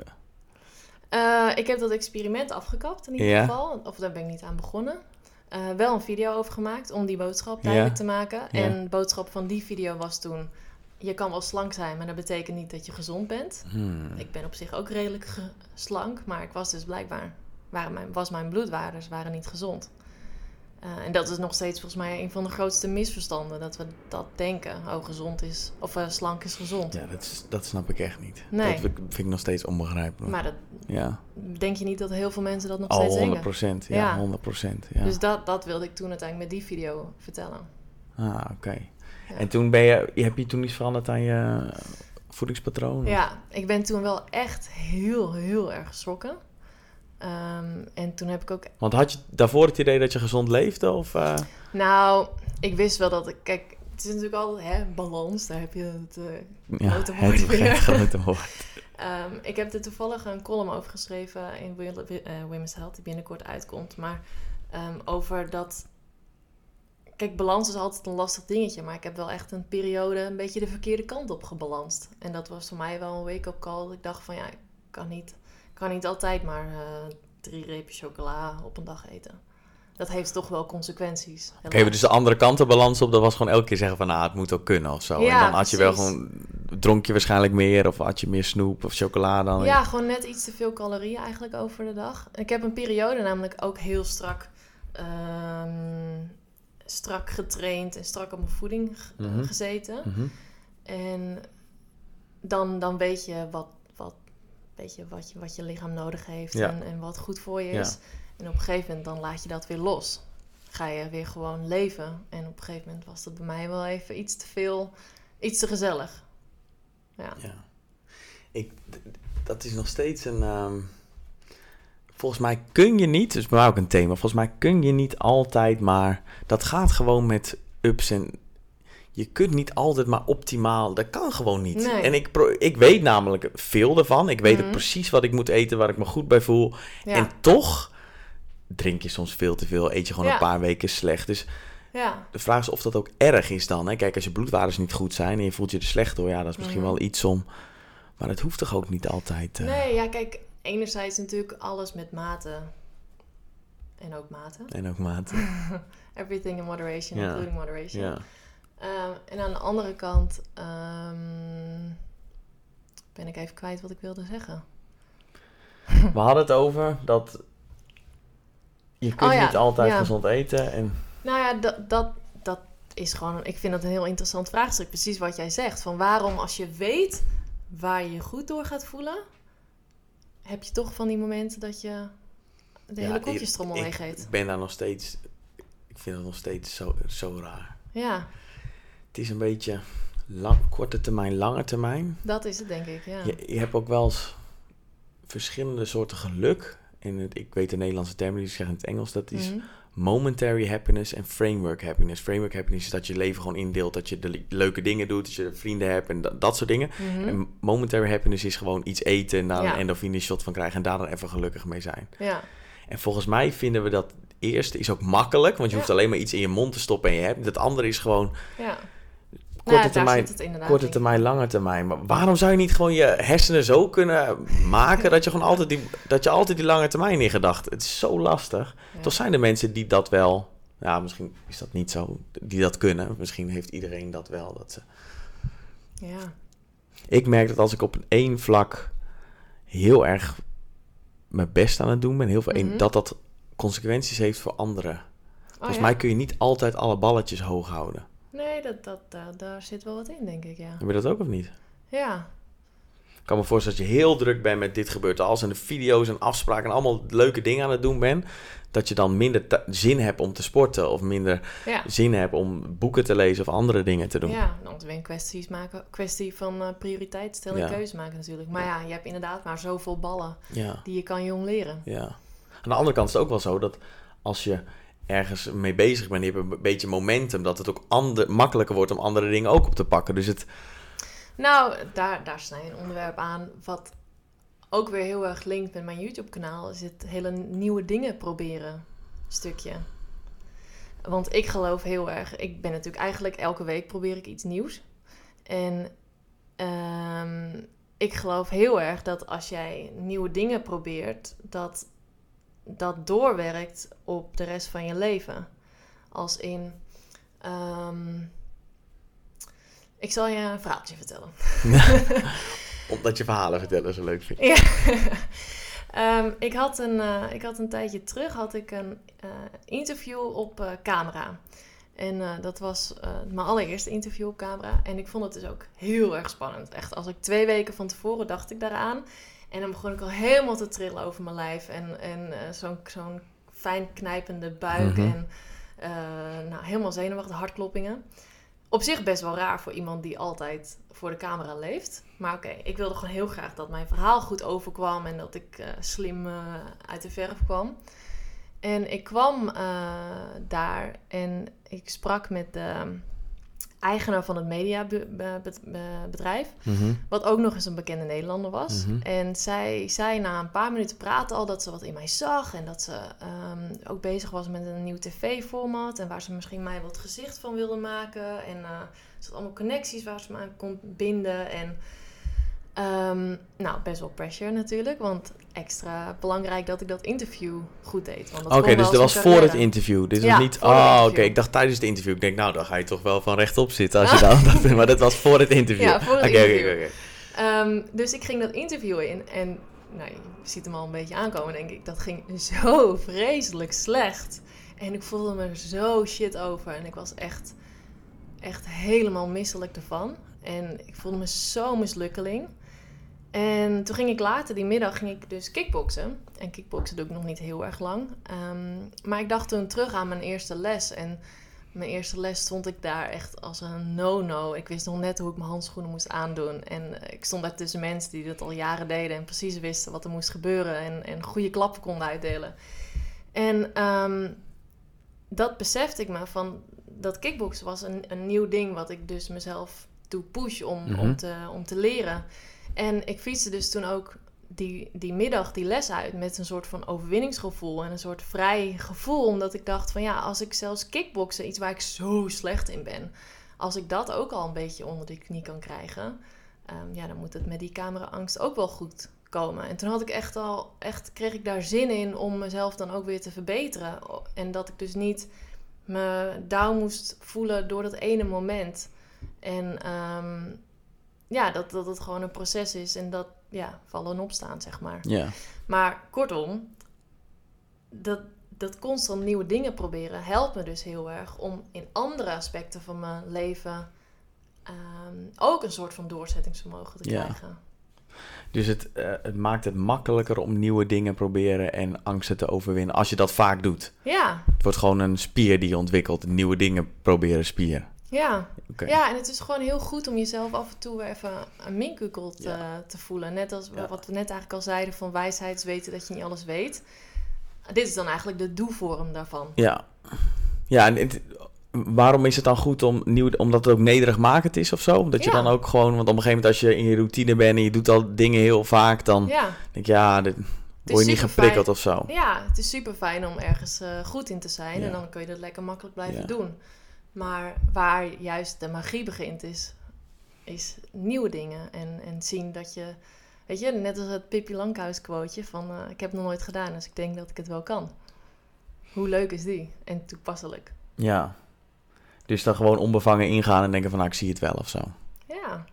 Uh, ik heb dat experiment afgekapt in ieder ja. geval. Of daar ben ik niet aan begonnen. Uh, wel een video over gemaakt om die boodschap duidelijk ja. te maken. Ja. En de boodschap van die video was toen... Je kan wel slank zijn, maar dat betekent niet dat je gezond bent. Hmm. Ik ben op zich ook redelijk ge- slank, maar ik was dus blijkbaar... Waren mijn, was mijn bloedwaardes waren niet gezond. Uh, en dat is nog steeds volgens mij een van de grootste misverstanden. Dat we dat denken. Oh, gezond is... Of uh, slank is gezond. Ja, dat, is, dat snap ik echt niet. Nee. Dat vind ik nog steeds onbegrijpelijk. Maar dat, ja. denk je niet dat heel veel mensen dat nog oh, steeds denken? honderd procent. Ja, ja, honderd procent. Ja. Dus dat, dat wilde ik toen uiteindelijk met die video vertellen. Ah, oké. Okay. Ja. En toen ben je... Heb je toen iets veranderd aan je voedingspatroon? Ja, ik ben toen wel echt heel, heel erg geschrokken. Um, en toen heb ik ook... Want had je daarvoor het idee dat je gezond leefde? Of, uh... Nou, ik wist wel dat ik... Kijk, het is natuurlijk altijd hè, balans. Daar heb je het uh, ja, grote woord het, weer. Het grote woord. um, ik heb er toevallig een column over geschreven in uh, Women's Health, die binnenkort uitkomt. Maar um, over dat... Kijk, balans is altijd een lastig dingetje. Maar ik heb wel echt een periode een beetje de verkeerde kant op gebalanst. En dat was voor mij wel een wake-up call. Dat ik dacht van ja, ik kan niet... Ik kan niet altijd maar uh, drie repen chocola op een dag eten. Dat heeft toch wel consequenties. Oké, okay, dus de andere kant de balans op, dat was gewoon elke keer zeggen van, nou, het moet ook kunnen of zo. Ja, en dan had precies. je wel gewoon, dronk je waarschijnlijk meer of had je meer snoep of chocola dan? Ja, gewoon net iets te veel calorieën eigenlijk over de dag. Ik heb een periode namelijk ook heel strak, um, strak getraind en strak op mijn voeding g- mm-hmm. gezeten. Mm-hmm. En dan, dan weet je wat... Weet je, wat je, wat je lichaam nodig heeft ja. en, en wat goed voor je is. Ja. En op een gegeven moment dan laat je dat weer los. Ga je weer gewoon leven. En op een gegeven moment was dat bij mij wel even iets te veel, iets te gezellig. Ja. ja. Ik, dat is nog steeds een... Um, volgens mij kun je niet, dus bij mij ook een thema. Volgens mij kun je niet altijd maar... Dat gaat gewoon met ups en... Je kunt niet altijd maar optimaal... Dat kan gewoon niet. Nee. En ik, pro, ik weet namelijk veel ervan. Ik weet mm-hmm. ook precies wat ik moet eten, waar ik me goed bij voel. Ja. En toch drink je soms veel te veel. Eet je gewoon ja. een paar weken slecht. Dus ja. de vraag is of dat ook erg is dan. Hè? Kijk, als je bloedwaardes niet goed zijn en je voelt je er slecht door... Ja, dat is misschien mm-hmm. wel iets om... Maar het hoeft toch ook niet altijd... Uh... Nee, ja, kijk, enerzijds natuurlijk alles met mate. En ook mate. En ook mate. Everything in moderation, ja. including moderation. Ja. Um, en aan de andere kant um, ben ik even kwijt wat ik wilde zeggen. We hadden het over dat je kunt oh ja, niet altijd ja. gezond eten. En... Nou ja, dat, dat, dat is gewoon... Ik vind dat een heel interessant vraagstuk. Precies wat jij zegt. Van waarom als je weet waar je je goed door gaat voelen... heb je toch van die momenten dat je de ja, hele koekjestrommel leeg eet. Ik ben daar nog steeds... Ik vind het nog steeds zo, zo raar. Ja. Het is een beetje lang, korte termijn, lange termijn. Dat is het, denk ik, ja. Je, je hebt ook wel eens verschillende soorten geluk. En het, ik weet de Nederlandse termen, die zeggen in het Engels. Dat is mm-hmm. momentary happiness en framework happiness. Framework happiness is dat je leven gewoon indeelt. Dat je de leuke dingen doet, dat je vrienden hebt en dat, dat soort dingen. Mm-hmm. En momentary happiness is gewoon iets eten en daar ja. een endorfine shot van krijgen. En daar dan even gelukkig mee zijn. Ja. En volgens mij vinden we dat eerste is ook makkelijk. Want je ja. hoeft alleen maar iets in je mond te stoppen en je hebt. Dat andere is gewoon... Ja. Korte, ja, termijn, korte termijn, lange termijn. Maar waarom zou je niet gewoon je hersenen zo kunnen maken... dat je gewoon altijd die, dat je altijd die lange termijn in gedachten... Het is zo lastig. Ja. Toch zijn er mensen die dat wel... Ja, misschien is dat niet zo. Die dat kunnen. Misschien heeft iedereen dat wel. Dat ze... Ja. Ik merk dat als ik op één vlak... heel erg mijn best aan het doen ben... Heel veel mm-hmm. een, dat dat consequenties heeft voor anderen. Oh, Volgens ja? mij kun je niet altijd alle balletjes hoog houden. Nee, dat, dat, daar, daar zit wel wat in, denk ik, ja. Heb je dat ook of niet? Ja. Ik kan me voorstellen dat je heel druk bent met dit gebeurt als en de video's en afspraken en allemaal leuke dingen aan het doen bent, dat je dan minder ta- zin hebt om te sporten of minder ja. zin hebt om boeken te lezen of andere dingen te doen. Ja, dan weer een kwesties maken, kwestie van uh, prioriteit stellen en ja. keuze maken natuurlijk. Maar ja, je hebt inderdaad maar zoveel ballen ja. die je kan jong leren. Ja. Aan de andere kant is het ook wel zo dat als je ergens mee bezig bent, je hebt een beetje momentum, dat het ook ander, makkelijker wordt om andere dingen ook op te pakken. Dus het... Nou, daar, daar snij je een onderwerp aan wat ook weer heel erg linkt met mijn YouTube-kanaal, is het hele nieuwe dingen proberen stukje. Want ik geloof heel erg, ik ben natuurlijk eigenlijk elke week probeer ik iets nieuws. En um, ik geloof heel erg dat als jij nieuwe dingen probeert, dat dat doorwerkt op de rest van je leven. Als in... Um, ik zal je een verhaaltje vertellen. Omdat je verhalen vertellen zo leuk vindt. Ja. Um, ik, had een, uh, ik had een tijdje terug had ik een uh, interview op uh, camera. En uh, dat was uh, mijn allereerste interview op camera. En ik vond het dus ook heel erg spannend. Echt, als ik twee weken van tevoren dacht ik daaraan. En dan begon ik al helemaal te trillen over mijn lijf. En, en uh, zo'n, zo'n fijn knijpende buik. Mm-hmm. En uh, nou, helemaal zenuwachtig, hartkloppingen. Op zich best wel raar voor iemand die altijd voor de camera leeft. Maar oké, okay, ik wilde gewoon heel graag dat mijn verhaal goed overkwam. En dat ik uh, slim uh, uit de verf kwam. En ik kwam uh, daar en ik sprak met de eigenaar van het mediabedrijf. Mm-hmm. Wat ook nog eens een bekende Nederlander was. Mm-hmm. En zij zei na een paar minuten praten al dat ze wat in mij zag. En dat ze um, ook bezig was met een nieuw tv-format. En waar ze misschien mij wat gezicht van wilde maken. En uh, ze had allemaal connecties waar ze me aan kon binden. En um, nou, best wel pressure natuurlijk. Want extra belangrijk dat ik dat interview goed deed. Oké, okay, dus dat was voor het interview. Dit ja, was niet. Oh, oké. Okay. Ik dacht tijdens het interview. Ik denk, nou, dan ga je toch wel van rechtop zitten als je dan dat vindt. Maar dat was voor het interview. Ja, voor het okay, interview. Okay, okay. Um, dus ik ging dat interview in. En nou, je ziet hem al een beetje aankomen, denk ik. Dat ging zo vreselijk slecht. En ik voelde me er zo shit over. En ik was echt, echt helemaal misselijk ervan. En ik voelde me zo mislukkeling. En toen ging ik later, die middag, ging ik dus kickboksen. En kickboksen doe ik nog niet heel erg lang. Um, maar ik dacht toen terug aan mijn eerste les. En mijn eerste les stond ik daar echt als een no-no. Ik wist nog net hoe ik mijn handschoenen moest aandoen. En ik stond daar tussen mensen die dat al jaren deden. En precies wisten wat er moest gebeuren. En, en goede klappen konden uitdelen. En um, dat besefte ik me van, dat kickboksen was een, een nieuw ding wat ik dus mezelf toe push om, mm-hmm. om, te, om te leren. En ik fietste dus toen ook die, die middag die les uit met een soort van overwinningsgevoel en een soort vrij gevoel. Omdat ik dacht van ja, als ik zelfs kickboksen, iets waar ik zo slecht in ben, als ik dat ook al een beetje onder de knie kan krijgen, um, ja, dan moet het met die cameraangst ook wel goed komen. En toen had ik echt al, echt kreeg ik daar zin in om mezelf dan ook weer te verbeteren. En dat ik dus niet me down moest voelen door dat ene moment. En um, ja, dat, dat het gewoon een proces is en dat, ja, vallen en opstaan, zeg maar. Yeah. Maar kortom, dat, dat constant nieuwe dingen proberen helpt me dus heel erg om in andere aspecten van mijn leven um, ook een soort van doorzettingsvermogen te yeah. krijgen. Dus het, uh, het maakt het makkelijker om nieuwe dingen proberen en angsten te overwinnen als je dat vaak doet. Ja. Het wordt gewoon een spier die je ontwikkelt, nieuwe dingen proberen spier. Ja. Okay. Ja, en het is gewoon heel goed om jezelf af en toe weer even een minkukkel te, ja. te voelen. Net als ja. wat we net eigenlijk al zeiden van wijsheid is weten dat je niet alles weet. Dit is dan eigenlijk de doevorm daarvan. Ja, ja en het, waarom is het dan goed om nieuw, omdat het ook nederigmakend is of zo? Dat je ja. dan ook gewoon, want op een gegeven moment als je in je routine bent en je doet al dingen heel vaak, dan ja. denk je, ja, dit, word je niet geprikkeld of zo. Ja, het is super fijn om ergens uh, goed in te zijn ja. en dan kun je dat lekker makkelijk blijven ja. doen. Maar waar juist de magie begint is, is nieuwe dingen. En, en zien dat je, weet je, net als het Pippi Langkous quoteje van uh, ik heb het nog nooit gedaan, dus ik denk dat ik het wel kan. Hoe leuk is die? En toepasselijk. Ja, dus dan gewoon onbevangen ingaan en denken van nou, ik zie het wel of zo. Ja.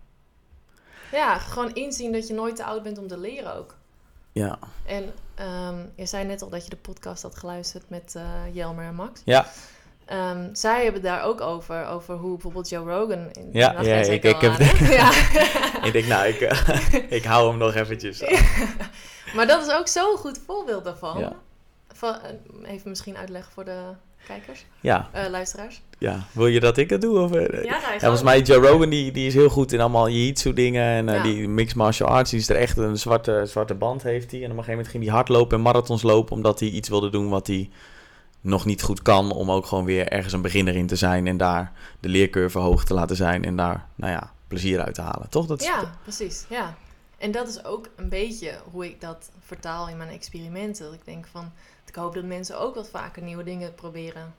Ja, gewoon inzien dat je nooit te oud bent om te leren ook. Ja. En um, je zei net al dat je de podcast had geluisterd met uh, Jelmer en Max. Ja. Um, zij hebben daar ook over, over hoe bijvoorbeeld Joe Rogan... In, ja, ja ik, ik heb het. Ja. Ik denk, nou, ik, uh, ik hou hem nog eventjes. Ja. Maar dat is ook zo'n goed voorbeeld daarvan. Ja. Van, even misschien uitleggen voor de kijkers, ja. uh, luisteraars. Ja, wil je dat ik het doe? Of, uh, ja, ja, volgens mij Joe Rogan, die, die is heel goed in allemaal jiu-jitsu dingen. En uh, ja. die mixed martial arts, die is er echt een zwarte, zwarte band heeft hij. En op een gegeven moment ging hij hardlopen en marathons lopen, omdat hij iets wilde doen wat hij nog niet goed kan, om ook gewoon weer ergens een beginner in te zijn en daar de leercurve hoog te laten zijn en daar, nou ja, plezier uit te halen. Toch? Dat is ja, t- precies. Ja. En dat is ook een beetje hoe ik dat vertaal in mijn experimenten. Dat ik denk van, ik hoop dat mensen ook wat vaker nieuwe dingen proberen.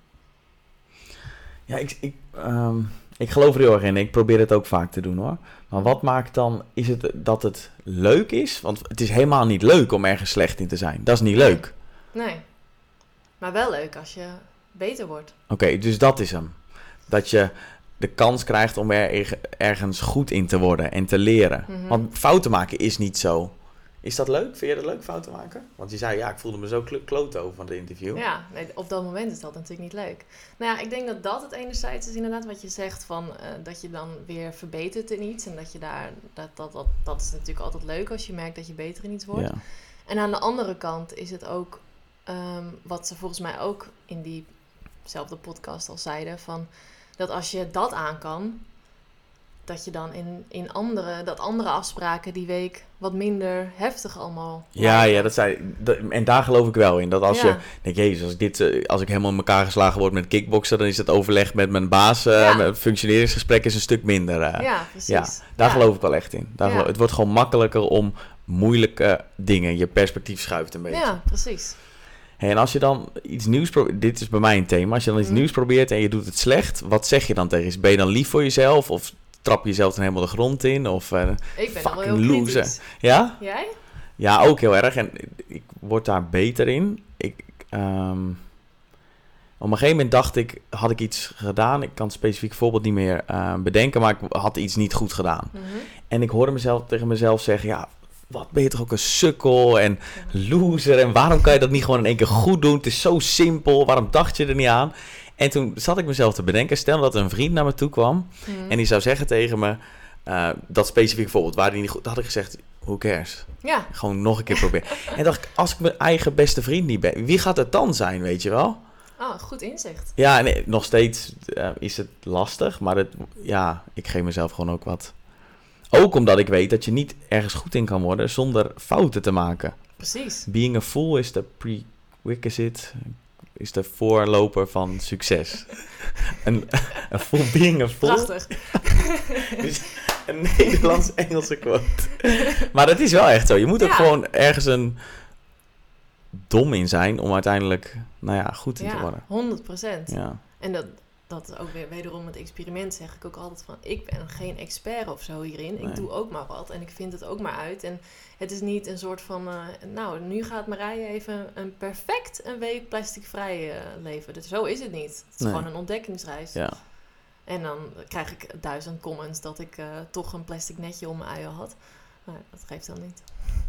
Ja, ik, ik, um, ik geloof er heel erg in. Ik probeer het ook vaak te doen, hoor. Maar wat maakt dan, is het dat het leuk is? Want het is helemaal niet leuk om ergens slecht in te zijn. Dat is niet leuk. Nee. nee. Maar wel leuk als je beter wordt. Oké, okay, dus dat is hem. Dat je de kans krijgt om er ergens goed in te worden en te leren. Mm-hmm. Want fouten maken is niet zo Is dat leuk? Vind je dat leuk, fouten maken? Want je zei, ja, ik voelde me zo kl- kloot over van het interview. Ja, nee, op dat moment is dat natuurlijk niet leuk. Nou ja, ik denk dat dat het enerzijds is inderdaad wat je zegt van uh, dat je dan weer verbetert in iets. En dat je daar, dat, dat, dat, dat is natuurlijk altijd leuk als je merkt dat je beter in iets wordt. Ja. En aan de andere kant is het ook, um, wat ze volgens mij ook in diezelfde podcast al zeiden, van dat als je dat aan kan, dat je dan in, in andere, dat andere afspraken die week wat minder heftig allemaal Ja, lijken. ja, dat zei, dat, en daar geloof ik wel in. Dat als Ja. je denkt, jezus, als ik dit, uh, als ik helemaal in elkaar geslagen word met kickboksen, dan is het overleg met mijn baas, uh, Ja. mijn functioneringsgesprek is een stuk minder. Uh, Ja, precies. ja, daar Ja. geloof ik wel echt in. Daar Ja. geloof, het wordt gewoon makkelijker om moeilijke dingen, je perspectief schuift een beetje. Ja, precies. Hey, en als je dan iets nieuws probeert, dit is bij mij een thema, als je dan iets Mm. nieuws probeert en je doet het slecht, wat zeg je dan tegen je? Ben je dan lief voor jezelf of trap je jezelf dan helemaal de grond in? Of uh, Ik ben al wel fucking heel loser? kritisch. Ja? Jij? Ja, ook heel erg. En ik word daar beter in. Ik, um, op een gegeven moment dacht ik, had ik iets gedaan. Ik kan het specifiek voorbeeld niet meer uh, bedenken, maar ik had iets niet goed gedaan. Mm-hmm. En ik hoorde mezelf tegen mezelf zeggen, ja, wat ben je toch ook een sukkel en loser. En waarom kan je dat niet gewoon in één keer goed doen? Het is zo simpel. Waarom dacht je er niet aan? En toen zat ik mezelf te bedenken, stel dat een vriend naar me toe kwam Mm. en die zou zeggen tegen me, uh, dat specifiek voorbeeld, waar die niet goed, dan had ik gezegd, who cares? Ja, Gewoon nog een keer proberen. En dacht ik, als ik mijn eigen beste vriend niet ben, wie gaat het dan zijn, weet je wel? oh, goed inzicht. Ja, en nog steeds uh, is het lastig, maar het, ja, ik geef mezelf gewoon ook wat. Ook omdat ik weet dat je niet ergens goed in kan worden zonder fouten te maken. Precies. Being a fool is de prerequisite, is de voorloper van succes. een, een fool, being a fool. Prachtig. Dus een Nederlands-Engelse quote. Maar dat is wel echt zo. Je moet ook Ja. gewoon ergens een dom in zijn om uiteindelijk, nou ja, goed in te Ja, worden. honderd procent. Ja. En dat, dat is ook weer wederom het experiment, zeg ik ook altijd van, ik ben geen expert of zo hierin. Nee. Ik doe ook maar wat en ik vind het ook maar uit. En het is niet een soort van, uh, nou, nu gaat Marije even een perfect een week plasticvrij uh, leven. Dus zo is het niet. Het is Nee. gewoon een ontdekkingsreis. Ja. En dan krijg ik duizend comments dat ik uh, toch een plastic netje om mijn uien had. Maar dat geeft dan niet.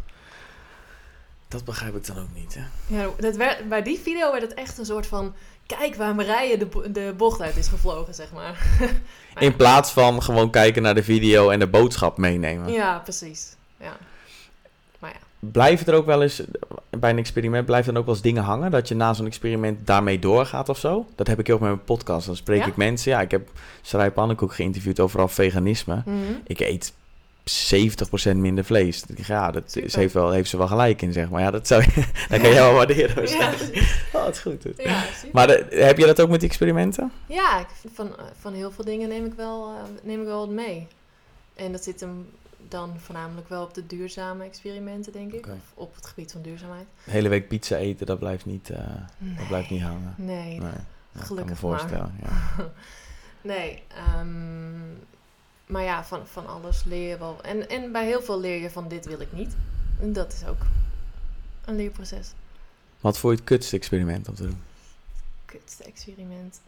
Dat begrijp ik dan ook niet, hè? Ja, dat werd, bij die video werd het echt een soort van, kijk waar Marije de, bo- de bocht uit is gevlogen, zeg maar. Maar In plaats van gewoon kijken naar de video en de boodschap meenemen. ja, precies. Ja. Maar ja. Blijven er ook wel eens, bij een experiment, blijven er ook wel eens dingen hangen? Dat je na zo'n experiment daarmee doorgaat of zo? Dat heb ik heel erg met mijn podcast. Dan spreek Ja? ik mensen. Ja, ik heb Sarai Pannenkoek geïnterviewd over veganisme. Mm-hmm. Ik eet zeventig procent minder vlees. Ik dacht, ja, dat Super. is, heeft, wel, heeft ze wel gelijk in, zeg maar. Ja, dat zou je, dat kan jij wel waarderen. Ja, waarschijnlijk. precies. Oh, het is goed. Ja, super. Maar de, heb je dat ook met die experimenten? Ja, ik vind van, van heel veel dingen neem ik, wel, uh, neem ik wel wat mee. En dat zit hem dan voornamelijk wel op de duurzame experimenten, denk ik. Oké. Of op het gebied van duurzaamheid. De hele week pizza eten, dat blijft niet, uh, Nee. dat blijft niet hangen. Nee, Nee, dat kan me gelukkig voorstellen. Ja. nee. Um, maar ja, van, van alles leer je wel. En, en bij heel veel leer je van dit wil ik niet. En dat is ook een leerproces. Wat vond je het kutste experiment om te doen? Kutste experiment.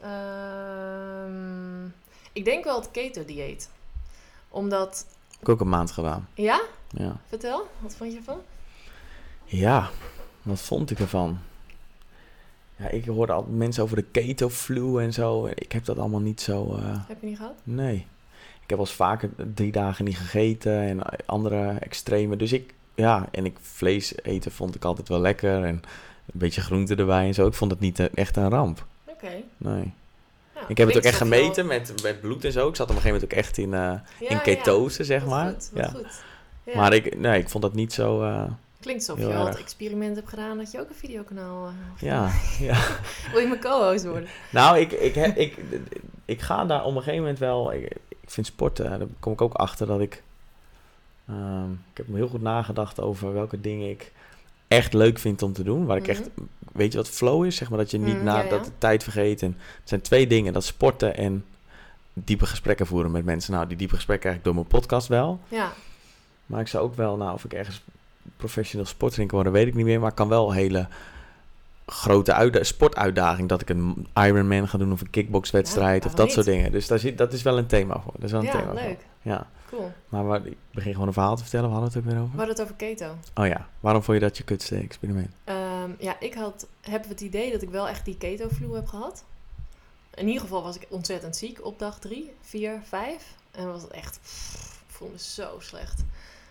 Um, ik denk wel het keto-dieet. Omdat... Heb ik ook een maand gedaan. Ja? Ja. Vertel, wat vond je ervan? Ja, wat vond ik ervan? Ja, ik hoorde altijd mensen over de keto-flu en zo. Ik heb dat allemaal niet zo... Uh... Heb je niet gehad? Nee. Ik heb wel eens vaker drie dagen niet gegeten en andere extreme. Dus ik, ja, en ik vlees eten vond ik altijd wel lekker. En een beetje groente erbij en zo. Ik vond het niet uh, echt een ramp. Oké. Okay. Nee. Ja, ik heb het ook echt wel gemeten met, met bloed en zo. Ik zat op een gegeven moment ook echt in, uh, ja, in ketose, ja. zeg wat maar. Goed, wat ja. goed. Ja. Maar ik, nee, ik vond dat niet zo... Uh, Klinkt alsof je al het experiment hebt gedaan dat je ook een videokanaal... Uh, ja, ja. Wil je mijn co-host worden? Nou, ik, ik, ik, ik, ik ga daar op een gegeven moment wel... Ik, ik vind sporten, daar kom ik ook achter dat ik... Um, ik heb me heel goed nagedacht over welke dingen ik echt leuk vind om te doen. Waar ik mm-hmm. echt... Weet je wat flow is? Zeg maar dat je niet mm, na ja, ja. dat de tijd vergeet. En het zijn twee dingen. Dat is sporten en diepe gesprekken voeren met mensen. Nou, die diepe gesprekken eigenlijk door mijn podcast wel. Ja. Maar ik zou ook wel... Nou, of ik ergens professioneel sportdrinker worden, weet ik niet meer. Maar ik kan wel hele grote uitda- sportuitdaging. Dat ik een Ironman ga doen of een kickboxwedstrijd ja, of dat niet? soort dingen. Dus daar zit, dat is wel een thema voor. Dat is wel een Ja, thema leuk. voor. Ja, cool. Maar waar, ik begin gewoon een verhaal te vertellen. We hadden het ook weer over. We hadden het over keto. Oh ja, waarom vond je dat je kutste experiment? Um, ja, ik had, heb het idee dat ik wel echt die keto-flu heb gehad. In ieder geval was ik ontzettend ziek op dag drie, vier, vijf. En was het echt... Pff, ik voelde me zo slecht.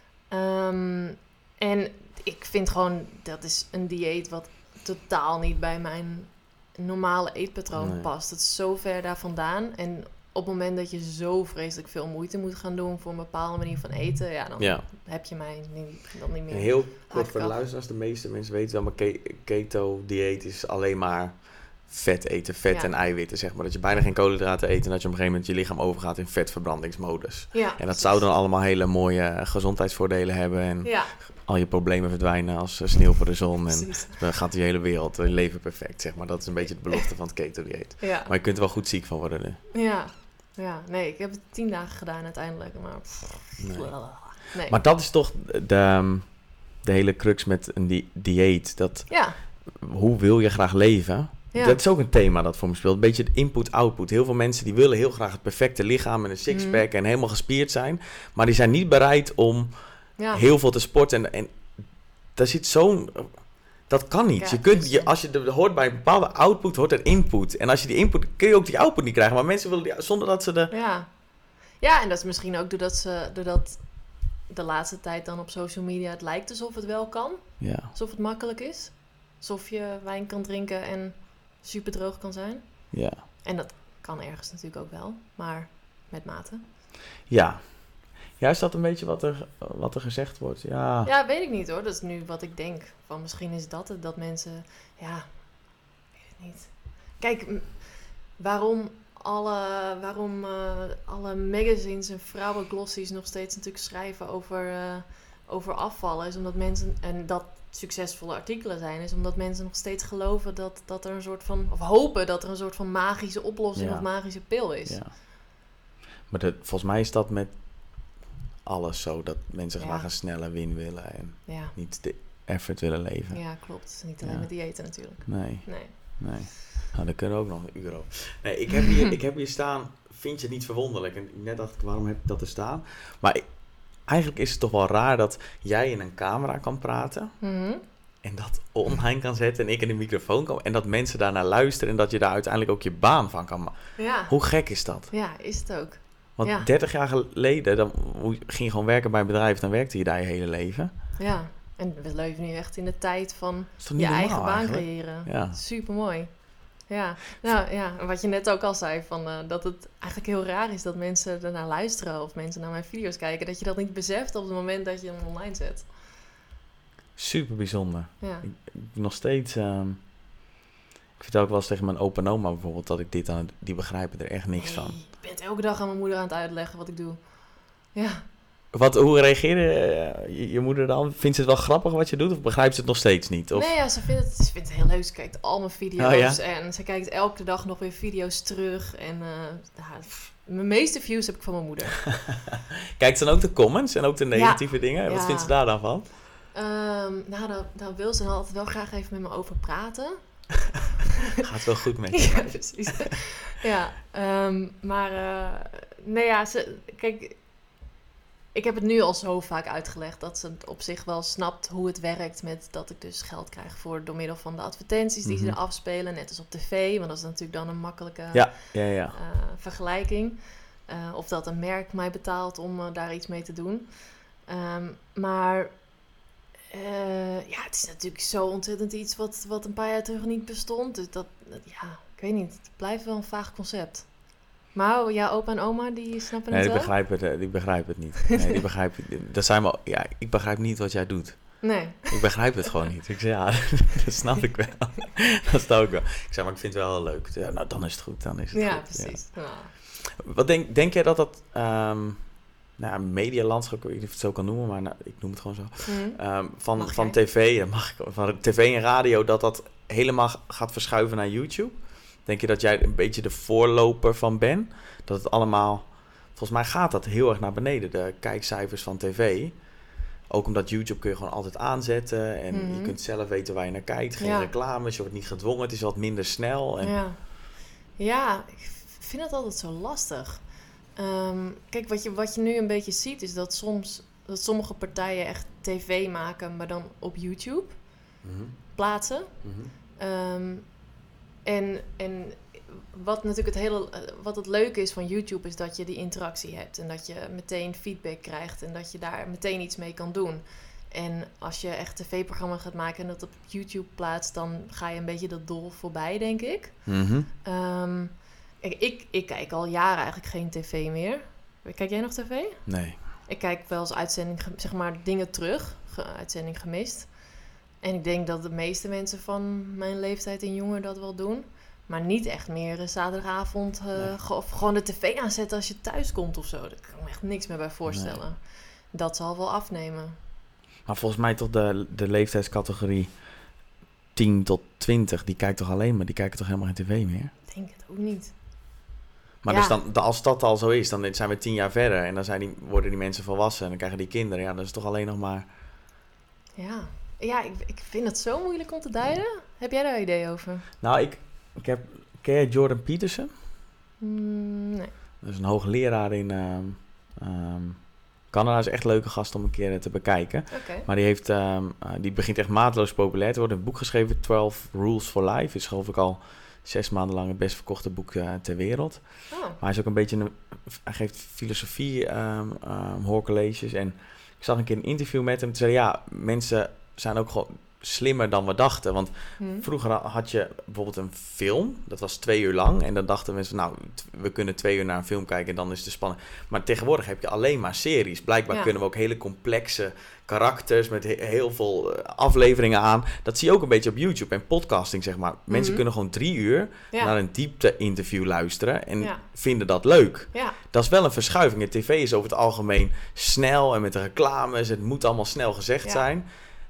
Um, en ik vind gewoon... Dat is een dieet wat totaal niet bij mijn normale eetpatroon Nee. past. Het is zo ver daar vandaan. En op het moment dat je zo vreselijk veel moeite moet gaan doen... voor een bepaalde manier van eten... Ja, dan Ja. heb je mij niet, dan niet meer. En heel kort ik voor de af. luisteraars. De meeste mensen weten wel, maar ke- keto-dieet is alleen maar vet eten. Vet Ja. en eiwitten, zeg maar. Dat je bijna geen koolhydraten eet en dat je op een gegeven moment je lichaam overgaat in vetverbrandingsmodus. Ja, En dat precies. zou dan allemaal hele mooie gezondheidsvoordelen hebben. En Ja, al je problemen verdwijnen als eh, sneeuw voor de zon. En precies. dan gaat die hele wereld, je leven perfect, zeg maar. Dat is een beetje de belofte van het keto-dieet. Ja. Maar je kunt er wel goed ziek van worden. Nu. Ja. Ja, nee, ik heb het tien dagen gedaan uiteindelijk, maar... pff, Nee. nee. Maar dat is toch de, de hele crux met een di- dieet. Dat, Ja, hoe wil je graag leven? ja. Dat is ook een thema dat voor me speelt. Een beetje de input-output. Heel veel mensen die willen heel graag het perfecte lichaam met een sixpack Mhm. en helemaal gespierd zijn. Maar die zijn niet bereid om ja. heel veel te sporten. En, en daar zit zo'n... Dat kan niet. Ja, je kunt, precies. je, als je er hoort bij een bepaalde output, hoort er input. En als je die input, kun je ook die output niet krijgen. Maar mensen willen die, zonder dat ze de... Ja. Ja, en dat is misschien ook doordat ze... Doordat de laatste tijd dan op social media het lijkt alsof het wel kan. Ja, Alsof het makkelijk is. Alsof je wijn kan drinken en super droog kan zijn. ja. En dat kan ergens natuurlijk ook wel, maar met mate. Ja. Ja, is dat een beetje wat er, wat er gezegd wordt? Ja. Ja, weet ik niet hoor. Dat is nu wat ik denk. Van misschien is dat het, dat mensen... Ja, ik weet het niet. Kijk, m- waarom alle, waarom, uh, alle magazines en vrouwenglossies nog steeds natuurlijk schrijven over, uh, over afvallen... is omdat mensen... En dat succesvolle artikelen zijn... is omdat mensen nog steeds geloven dat, dat er een soort van... of hopen dat er een soort van magische oplossing Ja. of magische pil is. Ja. Maar dat, volgens mij is dat met alles zo. Dat mensen Ja. graag een snelle win willen en Ja, niet de effort willen leven. ja klopt. Het is niet alleen Ja. met diëten natuurlijk. Nee, Nee. nee. Nou, daar kunnen we ook nog een uur over. Nee, ik heb hier, ik heb hier staan, vind je het niet verwonderlijk? En net dacht ik, waarom heb ik dat er staan? Maar ik- eigenlijk is het toch wel raar dat jij in een camera kan praten... Mhm. en dat online kan zetten en ik in de microfoon kan... en dat mensen daarnaar luisteren en dat je daar uiteindelijk ook je baan van kan maken. Ja. Hoe gek is dat? Ja, is het ook. Want Ja. dertig jaar geleden, dan ging je gewoon werken bij een bedrijf... dan werkte je daar je hele leven. Ja, en we leven nu echt in de tijd van Dat is toch je niet normaal eigen baan eigenlijk? creëren. Ja. Super mooi. Ja, nou ja, en wat je net ook al zei, van, uh, dat het eigenlijk heel raar is dat mensen ernaar luisteren of mensen naar mijn video's kijken, dat je dat niet beseft op het moment dat je hem online zet. Super bijzonder. Ja, Ik, ik nog steeds... ehm, ik vertel ook wel eens tegen mijn opa en oma bijvoorbeeld... dat ik dit aan het... die begrijpen er echt niks van. Nee, je bent elke dag aan mijn moeder aan het uitleggen wat ik doe. Ja, Wat, hoe reageerde eh, je, je moeder dan? Vindt ze het wel grappig wat je doet? Of begrijpt ze het nog steeds niet? Of... nee, ja, ze vindt het, ze vindt het heel leuk. Ze kijkt al mijn video's Oh, ja? en ze kijkt elke dag nog weer video's terug. En uh, ja, pff, mijn meeste views heb ik van mijn moeder. Kijkt ze dan ook de comments en ook de negatieve dingen? Wat Ja. vindt ze daar dan van? Um, nou, daar, daar wil ze dan altijd wel graag even met me over praten. Gaat wel goed met je. Ja, precies. ja, um, maar uh, nee ja, ze, kijk, ik heb het nu al zo vaak uitgelegd dat ze op zich wel snapt hoe het werkt met dat ik dus geld krijg voor door middel van de advertenties die Mhm. ze er afspelen, net als op tv, want dat is natuurlijk dan een makkelijke Ja, ja, ja. uh, vergelijking. Uh, of dat een merk mij betaalt om uh, daar iets mee te doen. Um, maar uh, ja, het is natuurlijk zo ontzettend iets wat, wat een paar jaar terug niet bestond. Dus dat, dat ja, ik weet niet. Het blijft wel een vaag concept. Maar jouw opa en oma, die snappen Nee, het die wel? begrijpen het, eh, die begrijpen het niet. Nee, die begrijpen, dat zijn wel, ja, ik begrijp niet wat jij doet. Nee. Ik begrijp het gewoon niet. Ik zeg, ja, dat snap ik wel. Dat snap ik wel. Ik zeg, maar ik vind het wel heel leuk. Ja, nou, dan is het goed. Dan is het Ja, goed. precies. Ja. Wat denk, denk jij dat dat, um, nou, medialandschap, ik weet niet of ik het zo kan noemen, maar nou, ik noem het gewoon zo. Hm. Um, van, Mag van jij? tv, ja, mag ik, van tv en radio, dat dat helemaal gaat verschuiven naar YouTube? Denk je dat jij een beetje de voorloper van bent? Dat het allemaal, volgens mij gaat dat heel erg naar beneden, de kijkcijfers van tv. Ook omdat YouTube kun je gewoon altijd aanzetten en Mhm. je kunt zelf weten waar je naar kijkt. Geen Ja. reclames, je wordt niet gedwongen, het is wat minder snel. En, Ja. ja, ik vind het altijd zo lastig. Um, kijk, wat je, wat je nu een beetje ziet is dat soms dat sommige partijen echt tv maken, maar dan op YouTube Mm-hmm. plaatsen. Mm-hmm. Um, en, en wat natuurlijk het hele, wat het leuke is van YouTube is dat je die interactie hebt en dat je meteen feedback krijgt en dat je daar meteen iets mee kan doen. En als je echt tv-programma gaat maken en dat op YouTube plaatst, dan ga je een beetje dat doel voorbij, denk ik. Mm-hmm. Um, ik, ik, ik kijk al jaren eigenlijk geen tv meer. Kijk jij nog tv? Nee. Ik kijk wel eens uitzending, zeg maar, dingen terug. Ge- uitzending gemist. En ik denk dat de meeste mensen van mijn leeftijd en jonger dat wel doen. Maar niet echt meer uh, zaterdagavond uh, Nee. ge- of gewoon de tv aanzetten als je thuis komt of zo. Daar kan ik me echt niks meer bij voorstellen. Nee. Dat zal wel afnemen. Maar volgens mij toch de, de leeftijdscategorie tien tot twintig, die kijkt toch alleen maar, die kijken toch helemaal geen tv meer? Ik denk het ook niet. Maar ja. dus dan, als dat al zo is, dan zijn we tien jaar verder en dan zijn die, worden die mensen volwassen en dan krijgen die kinderen. Ja, dat is toch alleen nog maar... Ja, ja ik, ik vind het zo moeilijk om te duiden. Heb jij daar idee over? Nou, ik, ik heb... Ken jij Jordan Peterson? Mm, nee. Dat is een hoogleraar in um, um, Canada. Is echt een leuke gast om een keer te bekijken. Okay. Maar die, heeft, um, uh, die begint echt mateloos populair te worden. Een boek geschreven, twaalf Rules for Life. Is geloof ik al zes maanden lang het best verkochte boek uh, ter wereld. Oh. Maar hij is ook een beetje... Een, hij geeft filosofie um, um, hoorcolleges. En ik zag een keer een interview met hem. Toen zei ja, mensen zijn ook gewoon slimmer dan we dachten. Want hmm. vroeger had je bijvoorbeeld een film. Dat was twee uur lang. En dan dachten mensen, nou, t- we kunnen twee uur naar een film kijken en dan is het spannend. Maar tegenwoordig heb je alleen maar series. Blijkbaar ja. kunnen we ook hele complexe karakters met he- heel veel uh, afleveringen aan. Dat zie je ook een beetje op YouTube en podcasting, zeg maar. Mensen hmm. kunnen gewoon drie uur ja. naar een diepte-interview luisteren en ja. vinden dat leuk. Ja. Dat is wel een verschuiving. De tv is over het algemeen snel en met de reclames. Het moet allemaal snel gezegd ja. zijn.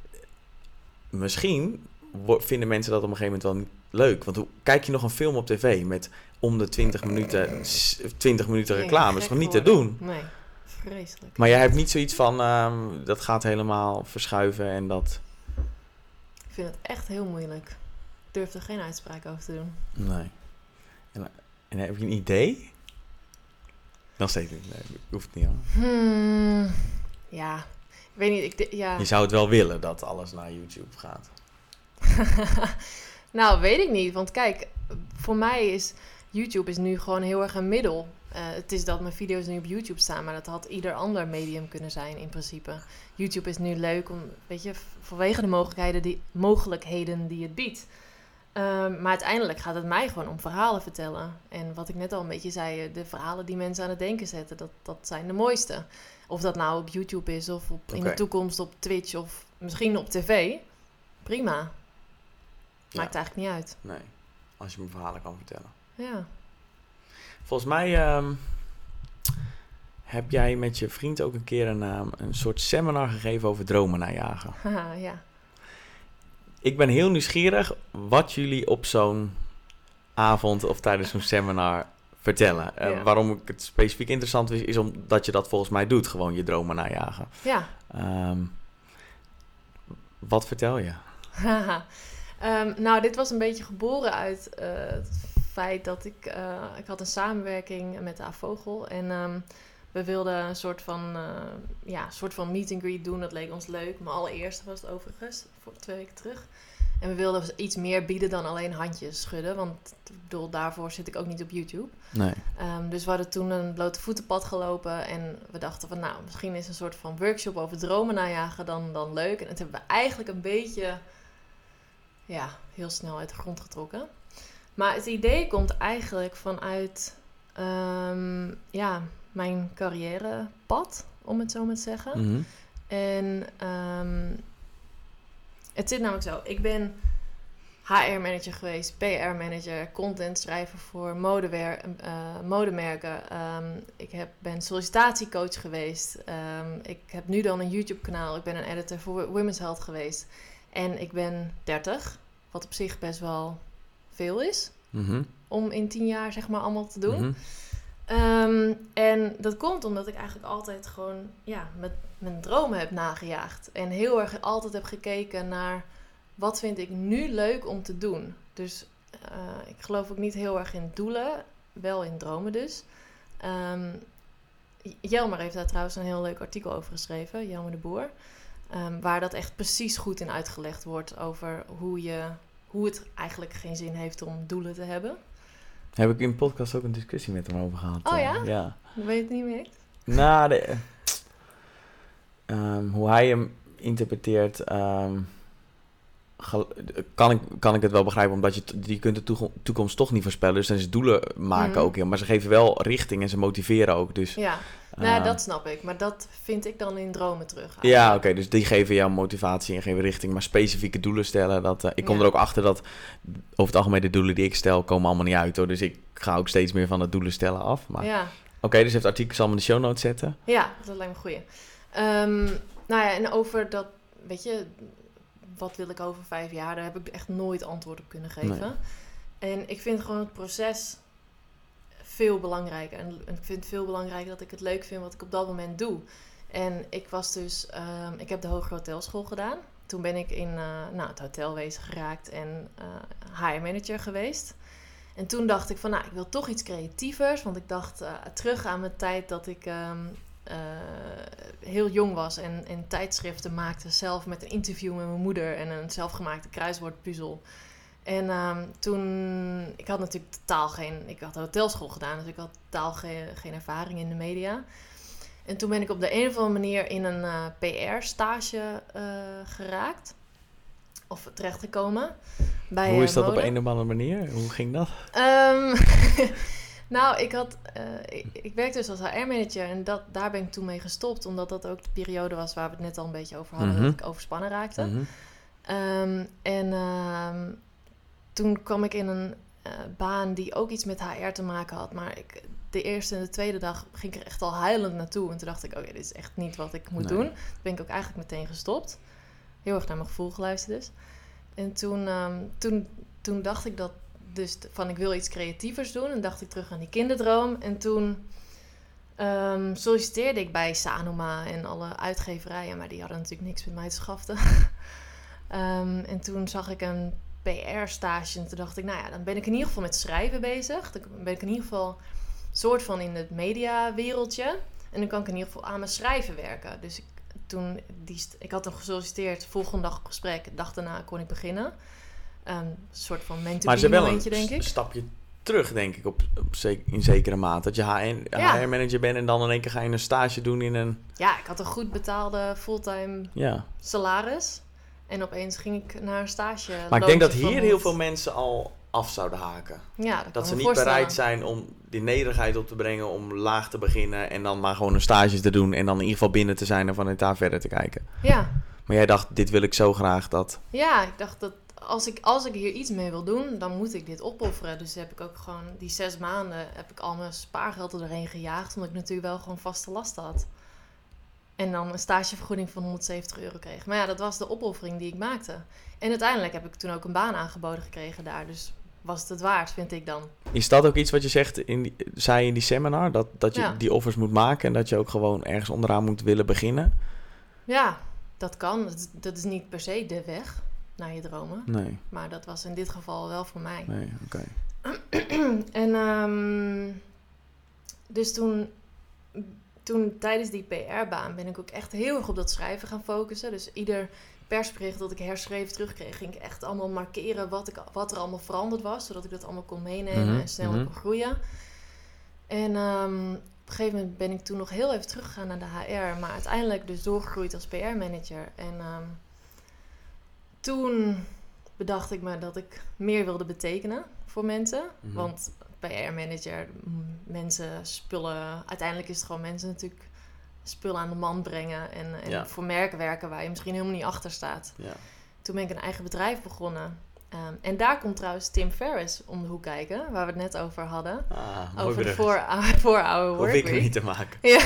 Misschien vinden mensen dat op een gegeven moment wel niet leuk. Want hoe kijk je nog een film op tv met om de twintig minuten, twintig minuten reclame? Dat is gewoon niet te doen. Nee, vreselijk. Maar jij hebt niet zoiets van, um, dat gaat helemaal verschuiven en dat... Ik vind het echt heel moeilijk. Ik durf er geen uitspraak over te doen. Nee. En, en heb je een idee? Nog steeds niet. Nee, hoeft het niet aan. Hmm, ja... Ik weet niet, ik, ja. Je zou het wel willen dat alles naar YouTube gaat. Nou, weet ik niet. Want kijk, voor mij is YouTube is nu gewoon heel erg een middel. Uh, het is dat mijn video's nu op YouTube staan, maar dat had ieder ander medium kunnen zijn in principe. YouTube is nu leuk om, weet je, vanwege de mogelijkheden die, mogelijkheden die het biedt. Uh, maar uiteindelijk gaat het mij gewoon om verhalen vertellen. En wat ik net al een beetje zei, de verhalen die mensen aan het denken zetten, dat, dat zijn de mooiste. Of dat nou op YouTube is of op, okay. in de toekomst op Twitch of misschien op tv. Prima. Maakt ja. eigenlijk niet uit. Nee, als je me verhalen kan vertellen. Ja. Volgens mij um, heb jij met je vriend ook een keer een, um, een soort seminar gegeven over dromen najagen. Haha, ja. Ik ben heel nieuwsgierig wat jullie op zo'n avond of tijdens zo'n seminar vertellen. Uh, ja. Waarom ik het specifiek interessant is, is omdat je dat volgens mij doet. Gewoon je dromen najagen. Ja. Um, wat vertel je? um, nou, dit was een beetje geboren uit uh, het feit dat ik... Uh, ik had een samenwerking met de A-Vogel. En um, we wilden een soort van, uh, ja, soort van meet and greet doen. Dat leek ons leuk. Mijn allereerste was het overigens, voor twee weken terug. En we wilden iets meer bieden dan alleen handjes schudden. Want ik bedoel, daarvoor zit ik ook niet op YouTube. Nee. Um, dus we hadden toen een blote voetenpad gelopen. En we dachten van, nou, misschien is een soort van workshop over dromen najagen dan, dan leuk. En dat hebben we eigenlijk een beetje, ja, heel snel uit de grond getrokken. Maar het idee komt eigenlijk vanuit, um, ja, mijn carrièrepad, om het zo maar te zeggen. Mm-hmm. En... Um, Het zit namelijk zo. Ik ben H R-manager geweest, P R-manager, contentschrijver voor modewer- uh, modemerken. Um, ik heb, ben sollicitatiecoach geweest. Um, ik heb nu dan een YouTube-kanaal. Ik ben een editor voor Women's Health geweest. En ik ben dertig, wat op zich best wel veel is. Mm-hmm. Om in tien jaar zeg maar allemaal te doen. Mm-hmm. Um, en dat komt omdat ik eigenlijk altijd gewoon ja, met mijn dromen heb nagejaagd. En heel erg altijd heb gekeken naar wat vind ik nu leuk om te doen. Dus uh, ik geloof ook niet heel erg in doelen, wel in dromen dus. Um, Jelmer heeft daar trouwens een heel leuk artikel over geschreven, Jelmer de Boer. Um, waar dat echt precies goed in uitgelegd wordt over hoe, je, hoe het eigenlijk geen zin heeft om doelen te hebben. Heb ik in de podcast ook een discussie met hem over gehad. Oh ja? Uh, ja. Weet je het niet meer? Nou, de, um, hoe hij hem interpreteert, um, kan, ik, kan ik het wel begrijpen, omdat je, t- je kunt de toekom- toekomst toch niet voorspellen. Dus dan is doelen maken mm-hmm. ook heel. Maar ze geven wel richting en ze motiveren ook. Dus, ja, uh, nou, dat snap ik. Maar dat vind ik dan in dromen terug. Eigenlijk. Ja, oké. Okay, dus die geven jou motivatie en geven richting. Maar specifieke doelen stellen, dat, uh, ik kom ja. er ook achter dat over het algemeen de doelen die ik stel, komen allemaal niet uit. Hoor. Dus ik ga ook steeds meer van het doelen stellen af. Maar... Ja. Oké, okay, dus heeft artikel zal me in de show notes zetten. Ja, dat lijkt me een goeie. Um, nou ja, en over dat, weet je, wat wil ik over vijf jaar? Daar heb ik echt nooit antwoord op kunnen geven. Nee. En ik vind gewoon het proces veel belangrijker. En ik vind het veel belangrijker dat ik het leuk vind wat ik op dat moment doe. En ik was dus, um, ik heb de Hogere Hotelschool gedaan. Toen ben ik in uh, nou, het hotelwezen geraakt en uh, H R-manager geweest. En toen dacht ik van, nou, ik wil toch iets creatievers. Want ik dacht uh, terug aan mijn tijd dat ik um, uh, heel jong was en, en tijdschriften maakte. Zelf met een interview met mijn moeder en een zelfgemaakte kruiswoordpuzzel. En um, toen, ik had natuurlijk totaal geen, ik had hotelschool gedaan. Dus ik had totaal geen, geen ervaring in de media. En toen ben ik op de een of andere manier in een uh, P R-stage uh, geraakt. Of terechtgekomen. Bij, Hoe is dat mode. op een of andere manier? Hoe ging dat? Um, nou, ik had, uh, ik, ik werkte dus als H R-manager en dat, daar ben ik toen mee gestopt. Omdat dat ook de periode was waar we het net al een beetje over hadden. Mm-hmm. Dat ik overspannen raakte. Mm-hmm. Um, en um, toen kwam ik in een uh, baan die ook iets met H R te maken had. Maar ik, de eerste en de tweede dag ging ik er echt al huilend naartoe. En toen dacht ik, oké, okay, dit is echt niet wat ik moet nee. doen. Toen ben ik ook eigenlijk meteen gestopt. Heel erg naar mijn gevoel geluisterd dus. En toen, um, toen, toen dacht ik dat dus van ik wil iets creatievers doen. En dacht ik terug aan die kinderdroom. En toen um, solliciteerde ik bij Sanoma en alle uitgeverijen. Maar die hadden natuurlijk niks met mij te schaften. um, en toen zag ik een P R-stage. En toen dacht ik, nou ja, dan ben ik in ieder geval met schrijven bezig. Dan ben ik in ieder geval soort van in het mediawereldje. En dan kan ik in ieder geval aan mijn schrijven werken. Dus ik Toen die st- ik had hem gesolliciteerd, volgende dag gesprek, de dag daarna kon ik beginnen. Um, een soort van mentor momentje, denk ik. Maar een stapje terug, denk ik, op, op zek- in zekere mate. Dat je H R-manager ja. bent en dan in één keer ga je een stage doen in een... Ja, ik had een goed betaalde fulltime ja. salaris. En opeens ging ik naar een stage. Maar ik denk dat hier heel veel mensen al af zouden haken. Ja, dat dat ze niet voorstellen. bereid zijn om die nederigheid op te brengen, om laag te beginnen en dan maar gewoon een stage te doen en dan in ieder geval binnen te zijn en vanuit daar verder te kijken. Ja. Maar jij dacht, dit wil ik zo graag dat... Ja, ik dacht dat als ik, als ik hier iets mee wil doen, dan moet ik dit opofferen. Dus heb ik ook gewoon die zes maanden heb ik al mijn spaargeld erheen gejaagd, omdat ik natuurlijk wel gewoon vaste lasten had. En dan een stagevergoeding van honderdzeventig euro kreeg. Maar ja, dat was de opoffering die ik maakte. En uiteindelijk heb ik toen ook een baan aangeboden gekregen daar. Dus was het het waard, vind ik dan. Is dat ook iets wat je zegt in die, zei in die seminar? Dat, dat je ja. die offers moet maken en dat je ook gewoon ergens onderaan moet willen beginnen? Ja, dat kan. Dat, dat is niet per se de weg naar je dromen. Nee. Maar dat was in dit geval wel voor mij. Nee, oké. Okay. en um, dus toen... Toen tijdens die P R-baan ben ik ook echt heel erg op dat schrijven gaan focussen. Dus ieder persbericht dat ik herschreven terugkreeg, ging ik echt allemaal markeren wat, ik, wat er allemaal veranderd was. Zodat ik dat allemaal kon meenemen mm-hmm. en sneller mm-hmm. kon groeien. En um, op een gegeven moment ben ik toen nog heel even teruggegaan naar de H R. Maar uiteindelijk dus doorgegroeid als P R-manager. En um, toen bedacht ik me dat ik meer wilde betekenen voor mensen. Mm-hmm. Want P R-manager, mensen, spullen... Uiteindelijk is het gewoon mensen natuurlijk spullen aan de man brengen. En, en ja. voor merken werken waar je misschien helemaal niet achter staat. Ja. Toen ben ik een eigen bedrijf begonnen. Um, en daar komt trouwens Tim Ferriss om de hoek kijken. Waar we het net over hadden. Ah, over de four-hour workweek. Hoef ik niet te maken. Ja.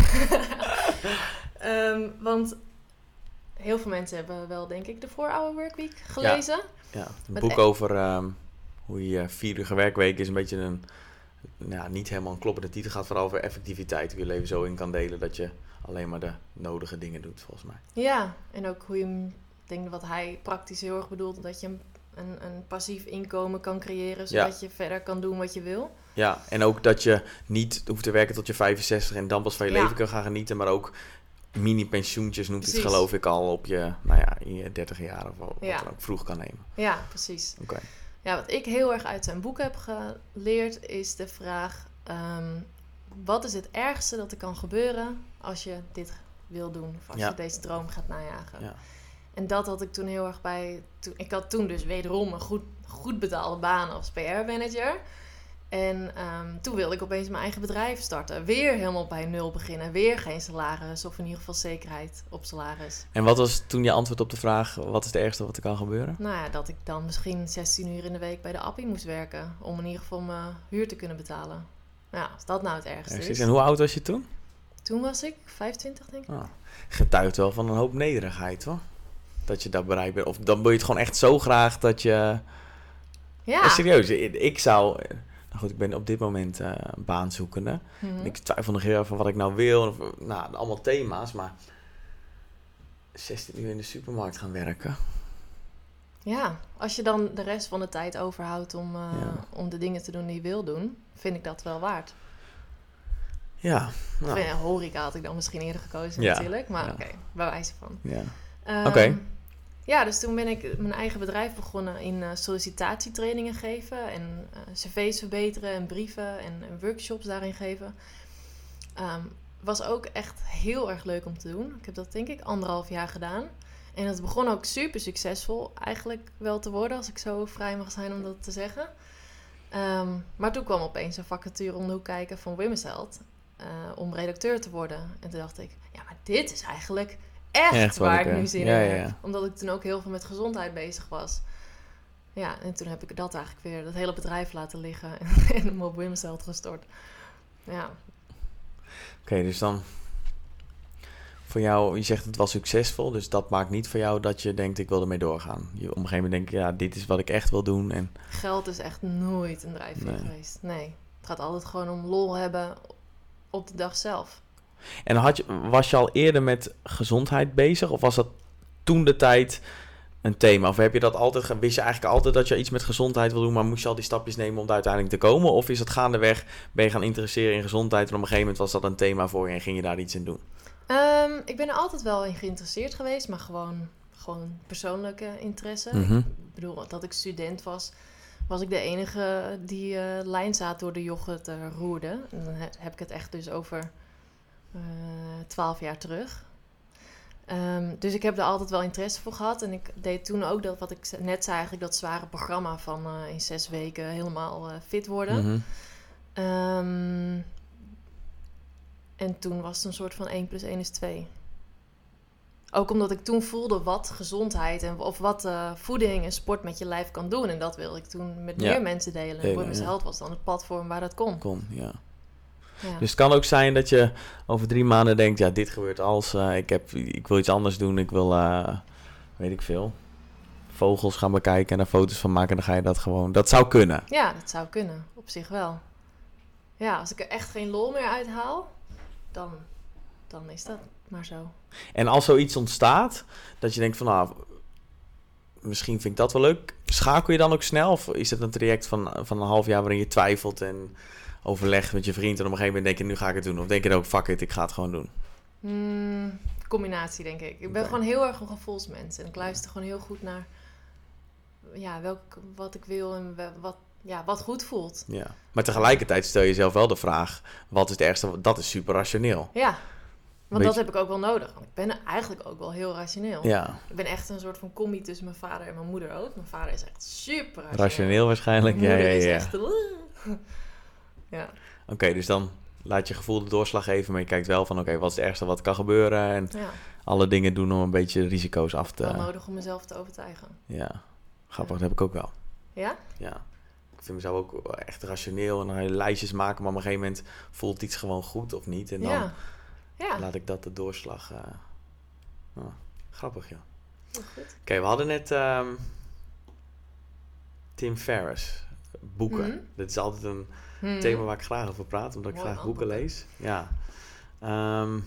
um, want heel veel mensen hebben wel, denk ik, de four-hour workweek gelezen. Ja, ja. een Met boek e- over um, hoe je vierige werkweek is een beetje een... Nou, niet helemaal een kloppende titel. Gaat vooral over effectiviteit. Hoe je leven zo in kan delen dat je alleen maar de nodige dingen doet, volgens mij. Ja, en ook hoe je hem, ik denk wat hij praktisch heel erg bedoelt, dat je een, een passief inkomen kan creëren, zodat Ja. je verder kan doen wat je wil. Ja, en ook dat je niet hoeft te werken tot je vijfenzestig en dan pas van je Ja. leven kan gaan genieten, maar ook mini-pensioentjes noemt het Precies. geloof ik al op je, nou ja, in je dertig jaar of wat Ja. dan ook vroeg kan nemen. Ja, precies. Oké. Ja, wat ik heel erg uit zijn boek heb geleerd is de vraag... Um, wat is het ergste dat er kan gebeuren als je dit wil doen? Of als Ja. je deze droom gaat najagen? Ja. En dat had ik toen heel erg bij... Toen, ik had toen dus wederom een goed, goed betaalde baan als P R-manager. En um, toen wilde ik opeens mijn eigen bedrijf starten. Weer helemaal bij nul beginnen. Weer geen salaris of in ieder geval zekerheid op salaris. En wat was toen je antwoord op de vraag, wat is het ergste wat er kan gebeuren? Nou ja, dat ik dan misschien zestien uur in de week bij de Appie moest werken. Om in ieder geval mijn huur te kunnen betalen. Ja, als dat nou het ergste Precies. is. En hoe oud was je toen? Toen was ik vijfentwintig, denk ik. Oh, getuigt wel van een hoop nederigheid, hoor. Dat je dat bereikt bent. Of dan wil je het gewoon echt zo graag dat je... Ja. Ja, serieus, ik zou... Nou goed, ik ben op dit moment uh, baanzoekende. Mhm. Ik twijfel nog heel erg van wat ik nou wil. Of, nou, allemaal thema's, maar... zestien uur in de supermarkt gaan werken. Ja, als je dan de rest van de tijd overhoudt om, uh, Ja. om de dingen te doen die je wil doen, vind ik dat wel waard. Ja. Nou, Of, ja, horeca had ik dan misschien eerder gekozen Ja, natuurlijk, maar ja. oké, bij wijze van. ja. Ehm, Oké. Ja, dus toen ben ik mijn eigen bedrijf begonnen in uh, sollicitatietrainingen geven en uh, cv's verbeteren en brieven en, en workshops daarin geven. Um, was ook echt heel erg leuk om te doen. Ik heb dat denk ik anderhalf jaar gedaan. En het begon ook super succesvol eigenlijk wel te worden, als ik zo vrij mag zijn om dat te zeggen. Um, maar toen kwam opeens een vacature om de hoek kijken van Women's Health uh, om redacteur te worden. En toen dacht ik, ja, maar dit is eigenlijk echt, Echt wat waar ik, ik uh, nu zin ja, in ja, heb. ja. Omdat ik toen ook heel veel met gezondheid bezig was. Ja, en toen heb ik dat eigenlijk weer, dat hele bedrijf laten liggen en, en hem op Women's Health gestort. Ja. Oké, okay, dus dan... Voor jou, je zegt het was succesvol, dus dat maakt niet voor jou dat je denkt, ik wil ermee doorgaan. Je op een gegeven moment denk je, ja, dit is wat ik echt wil doen. En... Geld is echt nooit een drijfveer Nee. geweest. Nee, het gaat altijd gewoon om lol hebben op de dag zelf. En had je, was je al eerder met gezondheid bezig? Of was dat toen de tijd een thema? Of heb je dat altijd, wist je eigenlijk altijd dat je iets met gezondheid wil doen, maar moest je al die stapjes nemen om daar uiteindelijk te komen? Of is het gaandeweg, ben je gaan interesseren in gezondheid en op een gegeven moment was dat een thema voor je en ging je daar iets in doen? Um, ik ben er altijd wel in geïnteresseerd geweest, maar gewoon, gewoon persoonlijke interesse. Mhm. Ik bedoel, dat ik student was, was ik de enige die uh, lijnzaad door de yoghurt uh, roerde. En dan he- heb ik het echt dus over twaalf jaar terug. Um, dus ik heb er altijd wel interesse voor gehad. En ik deed toen ook dat, wat ik net zei, eigenlijk dat zware programma van uh, in zes weken helemaal uh, fit worden. Mhm. Um, en toen was het een soort van één plus één is twee. Ook omdat ik toen voelde wat gezondheid en of wat uh, voeding en sport met je lijf kan doen. En dat wilde ik toen met Ja. meer mensen delen. En Delen, Women's ja. Health was dan het platform waar dat kon. Kon, ja. Ja. Dus het kan ook zijn dat je over drie maanden denkt, ja, dit gebeurt als, uh, ik, heb, ik wil iets anders doen, ik wil, uh, weet ik veel, vogels gaan bekijken en daar foto's van maken, dan ga je dat gewoon, dat zou kunnen. Ja, dat zou kunnen. Op zich wel. Ja, als ik er echt geen lol meer uithaal, dan, dan is dat maar zo. En als zoiets ontstaat, dat je denkt van, nou, misschien vind ik dat wel leuk, schakel je dan ook snel? Of is het een traject van, van een half jaar waarin je twijfelt en overlegt met je vriend en op een gegeven moment denk je, nu ga ik het doen? Of denk je dan ook, fuck it, ik ga het gewoon doen? Hmm, combinatie, denk ik. Ik ben Oké. gewoon heel erg een gevoelsmens. En ik luister gewoon heel goed naar ja, welk, wat ik wil en we- wat, ja, wat goed voelt. Ja. Maar tegelijkertijd stel je jezelf wel de vraag, wat is het ergste? Dat is super rationeel. Ja, want Beetje- dat heb ik ook wel nodig. Want ik ben eigenlijk ook wel heel rationeel. Ja, Ik ben echt een soort van combi tussen mijn vader en mijn moeder ook. Mijn vader is echt super rationeel. rationeel waarschijnlijk. Mijn Ja, moeder ja, is ja. echt... Ja. Oké, dus dan laat je gevoel de doorslag geven, maar je kijkt wel van, oké, wat is het ergste wat kan gebeuren? En ja, alle dingen doen om een beetje risico's af te... wel nodig om mezelf te overtuigen. Ja, grappig, dat heb ik ook wel. Ja? Ja, ik vind mezelf ook echt rationeel en dan ga je lijstjes maken, maar op een gegeven moment voelt iets gewoon goed of niet. En dan Ja. Ja, laat ik dat de doorslag... Uh... Oh, grappig, ja. heel goed. Oké, we hadden net ehm, Tim Ferriss, boeken. Mhm. Dit is altijd een Hmm. thema waar ik graag over praat, omdat ik Mooi graag boeken antwoord. lees. Ja. Ehm,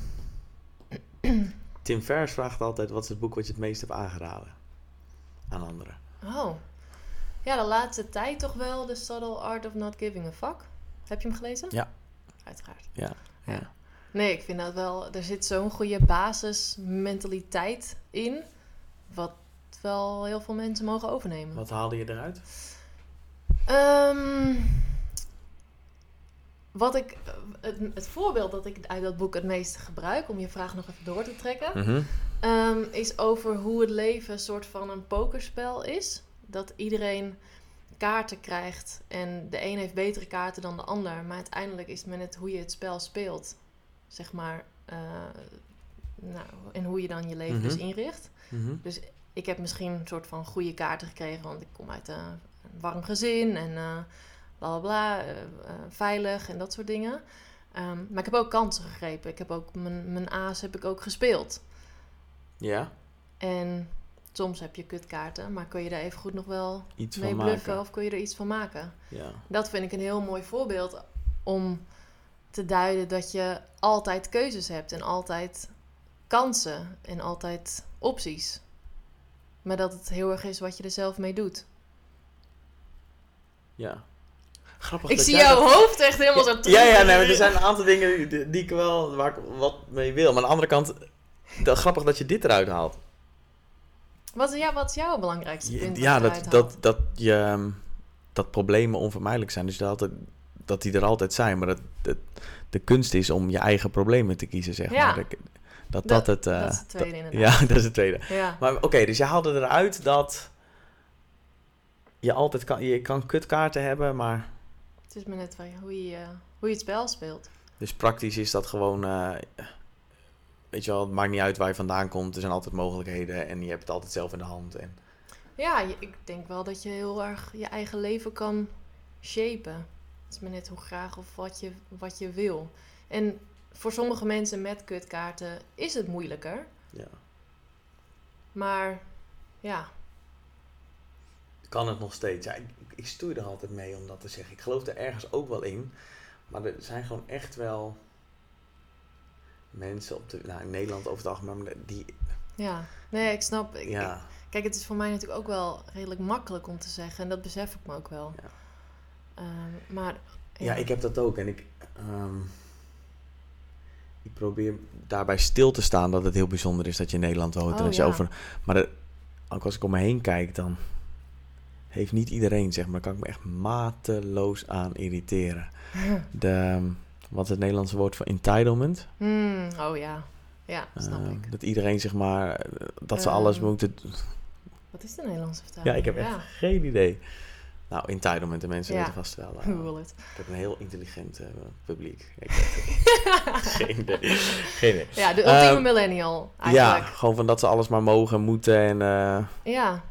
Tim Ferriss vraagt altijd, wat is het boek wat je het meest hebt aangeraden aan anderen? Oh. Ja, de laatste tijd toch wel The Subtle Art of Not Giving a Fuck. Heb je hem gelezen? Ja. Uiteraard. Ja, ja. Nee, ik vind dat wel... Er zit zo'n goede basismentaliteit in... wat wel heel veel mensen mogen overnemen. Wat haalde je eruit? Um, wat ik... Het, het voorbeeld dat ik uit dat boek het meeste gebruik... om je vraag nog even door te trekken... Mm-hmm. Um, is over hoe het leven een soort van een pokerspel is. Dat iedereen kaarten krijgt. En de een heeft betere kaarten dan de ander. Maar uiteindelijk is het met het hoe je het spel speelt. Zeg maar. Uh, nou, en hoe je dan je leven mm-hmm. dus inricht. Mm-hmm. Dus ik heb misschien een soort van goede kaarten gekregen. Want ik kom uit uh, een warm gezin. En uh, bla bla bla. Uh, uh, veilig en dat soort dingen. Um, maar ik heb ook kansen gegrepen. Ik heb ook mijn, mijn aas heb ik ook gespeeld. Ja. En soms heb je kutkaarten, maar kun je daar even goed nog wel iets mee van bluffen maken. Of kun je er iets van maken. Ja. Dat vind ik een heel mooi voorbeeld om te duiden dat je altijd keuzes hebt en altijd kansen en altijd opties. Maar dat het heel erg is wat je er zelf mee doet. Ja. Grappig. Ik dat zie jij jouw dat... hoofd echt helemaal zo terug. Ja, ja, nee, er zijn een aantal dingen die, die ik wel, waar ik wat mee wil. Maar aan de andere kant, dat, grappig dat je dit eruit haalt. Wat, ja, wat is jouw belangrijkste punt? Ja, dat, dat, dat, dat, je, dat problemen onvermijdelijk zijn. Dus dat, altijd, dat die er altijd zijn. Maar dat, dat de kunst is om je eigen problemen te kiezen, zeg ja. maar. Dat dat, dat, dat het... Uh, dat is het tweede inderdaad. Ja, dat is het tweede. Ja. Maar oké, okay, dus je haalde eruit dat je altijd kan... Je kan kutkaarten hebben, maar... Het is maar net hoe je, hoe je het spel speelt. Dus praktisch is dat gewoon... Uh, weet je wel, het maakt niet uit waar je vandaan komt. Er zijn altijd mogelijkheden en je hebt het altijd zelf in de hand. En... Ja, ik denk wel dat je heel erg je eigen leven kan shapen. Het is maar net hoe graag of wat je, wat je wil. En voor sommige mensen met kutkaarten is het moeilijker. Ja. Maar, ja. Kan het nog steeds. Ja, ik, ik stoei er altijd mee om dat te zeggen. Ik geloof er ergens ook wel in. Maar er zijn gewoon echt wel... mensen op de, nou, in Nederland over het algemeen, die... Ja, nee, ik snap. Ik, ja. ik, kijk, het is voor mij natuurlijk ook wel redelijk makkelijk om te zeggen. En dat besef ik me ook wel. Ja, um, maar... Ja. ja, ik heb dat ook. En ik... Um, ik probeer daarbij stil te staan dat het heel bijzonder is dat je in Nederland woont. Oh, en dat je ja. over, maar er, ook als ik om me heen kijk, dan heeft niet iedereen, zeg maar, kan ik me echt mateloos aan irriteren. De... Wat is het Nederlandse woord voor entitlement? Mm, oh ja, ja, snap uh, ik. Dat iedereen, zeg maar, dat ze um, alles moeten... Wat is de Nederlandse vertaling? Ja, ik heb echt ja. geen idee. Nou, entitlement, de mensen ja. weten vast wel. Uh, Google het. Ik heb een heel intelligent uh, publiek. Ik heb geen idee. Geen idee. Ja, de ultieme uh, millennial, eigenlijk. Ja, gewoon van dat ze alles maar mogen, moeten en... Uh, ja.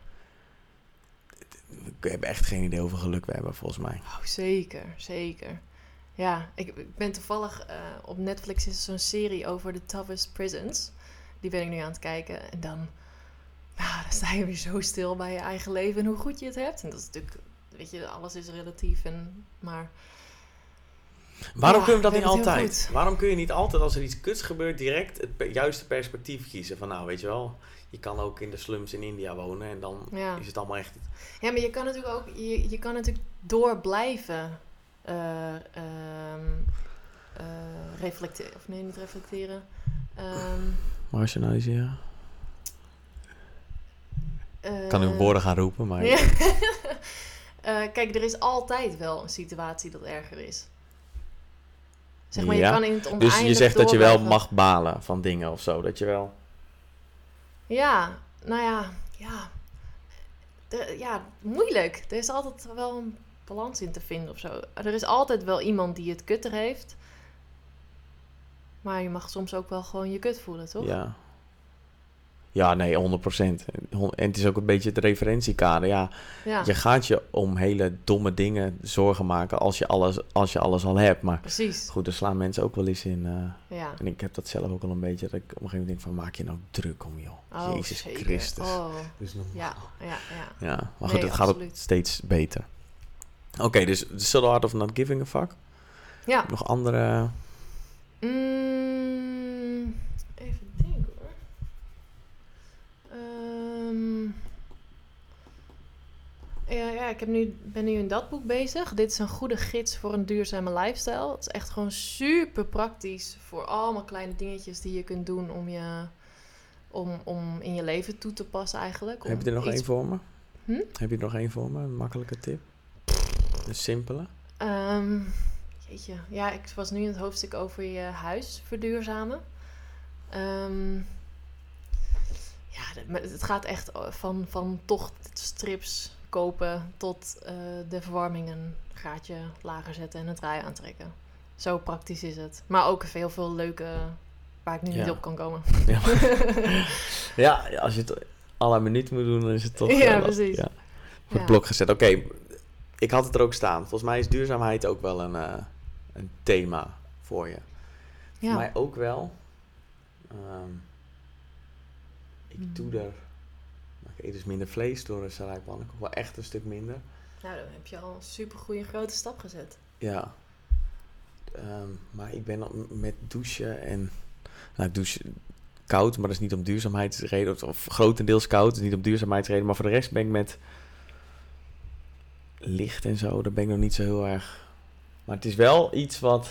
Ik heb echt geen idee hoeveel geluk we hebben, volgens mij. Oh, zeker, zeker. Ja, ik, ik ben toevallig... Uh, op Netflix is er zo'n serie over de toughest prisons. Die ben ik nu aan het kijken. En dan... Nou, dan sta je weer zo stil bij je eigen leven en hoe goed je het hebt. En dat is natuurlijk... Weet je, alles is relatief en... Maar... Waarom ja, kunnen we dat niet altijd? Waarom kun je niet altijd, als er iets kuts gebeurt, direct het pe- juiste perspectief kiezen? Van nou, weet je wel... Je kan ook in de slums in India wonen en dan ja. is het allemaal echt... Ja, maar je kan natuurlijk ook... Je, je kan natuurlijk door blijven... Uh, um, uh, reflecteren. Of nee, niet reflecteren. Um, Marginaliseren. Uh, ik kan nu woorden gaan roepen, maar... Ja. uh, kijk, er is altijd wel een situatie dat erger is. Zeg maar, ja. je kan in het oneindig Dus je zegt dat je wel mag balen van dingen of zo, dat je wel... Ja, nou ja, ja. De, ja, moeilijk. Er is altijd wel een balans in te vinden of zo. Er is altijd wel iemand die het kutter heeft. Maar je mag soms ook wel gewoon je kut voelen, toch? Ja. Ja, nee, honderd procent. En het is ook een beetje het referentiekader. Ja, ja. Je gaat je om hele domme dingen zorgen maken als je alles, als je alles al hebt. Maar precies. Goed, daar slaan mensen ook wel eens in. Uh, ja. En ik heb dat zelf ook al een beetje. Dat ik op een gegeven moment denk van, maak je nou druk om, joh. Oh, Jezus zeker. Christus. Oh. Dus nog ja, ja, ja. Ja, maar goed, nee, het gaat ook steeds beter. Oké, okay, dus The Subtle Art of Not Giving a Fuck. Ja. Nog andere... Mm, even denken hoor. Um, Ja, ja, ik heb nu, ben nu in dat boek bezig. Dit is een goede gids voor een duurzame lifestyle. Het is echt gewoon super praktisch voor allemaal kleine dingetjes die je kunt doen om je om, om in je leven toe te passen eigenlijk. Om Heb je er nog iets... één voor me? Hm? Heb je er nog één voor me? Een makkelijke tip? Een simpele? Um, jeetje. Ja, ik was nu in het hoofdstuk over je huis verduurzamen. Um, ja, het gaat echt van, van toch strips kopen tot uh, de verwarming een graadje lager zetten en het draaien aantrekken. Zo praktisch is het. Maar ook heel veel leuke waar ik nu ja. niet op kan komen. Ja, ja, als je het à la minuut moet doen, dan is het toch... Ja, uh, precies. Ja. Voor ja. het blok gezet. Oké, okay. Ik had het er ook staan. Volgens mij is duurzaamheid ook wel een, uh, een thema voor je. Ja. Voor mij ook wel. Um, ik hmm. doe er... Ik eet dus minder vlees door een sarai-pannenkoek. Wel echt een stuk minder. Nou, dan heb je al een super goede grote stap gezet. Ja. Um, maar ik ben met douchen en... Nou, ik douche koud, maar dat is niet om duurzaamheidsreden. Of, of grotendeels koud, dus niet om duurzaamheidsreden. Maar voor de rest ben ik met licht en zo, daar ben ik nog niet zo heel erg... Maar het is wel iets wat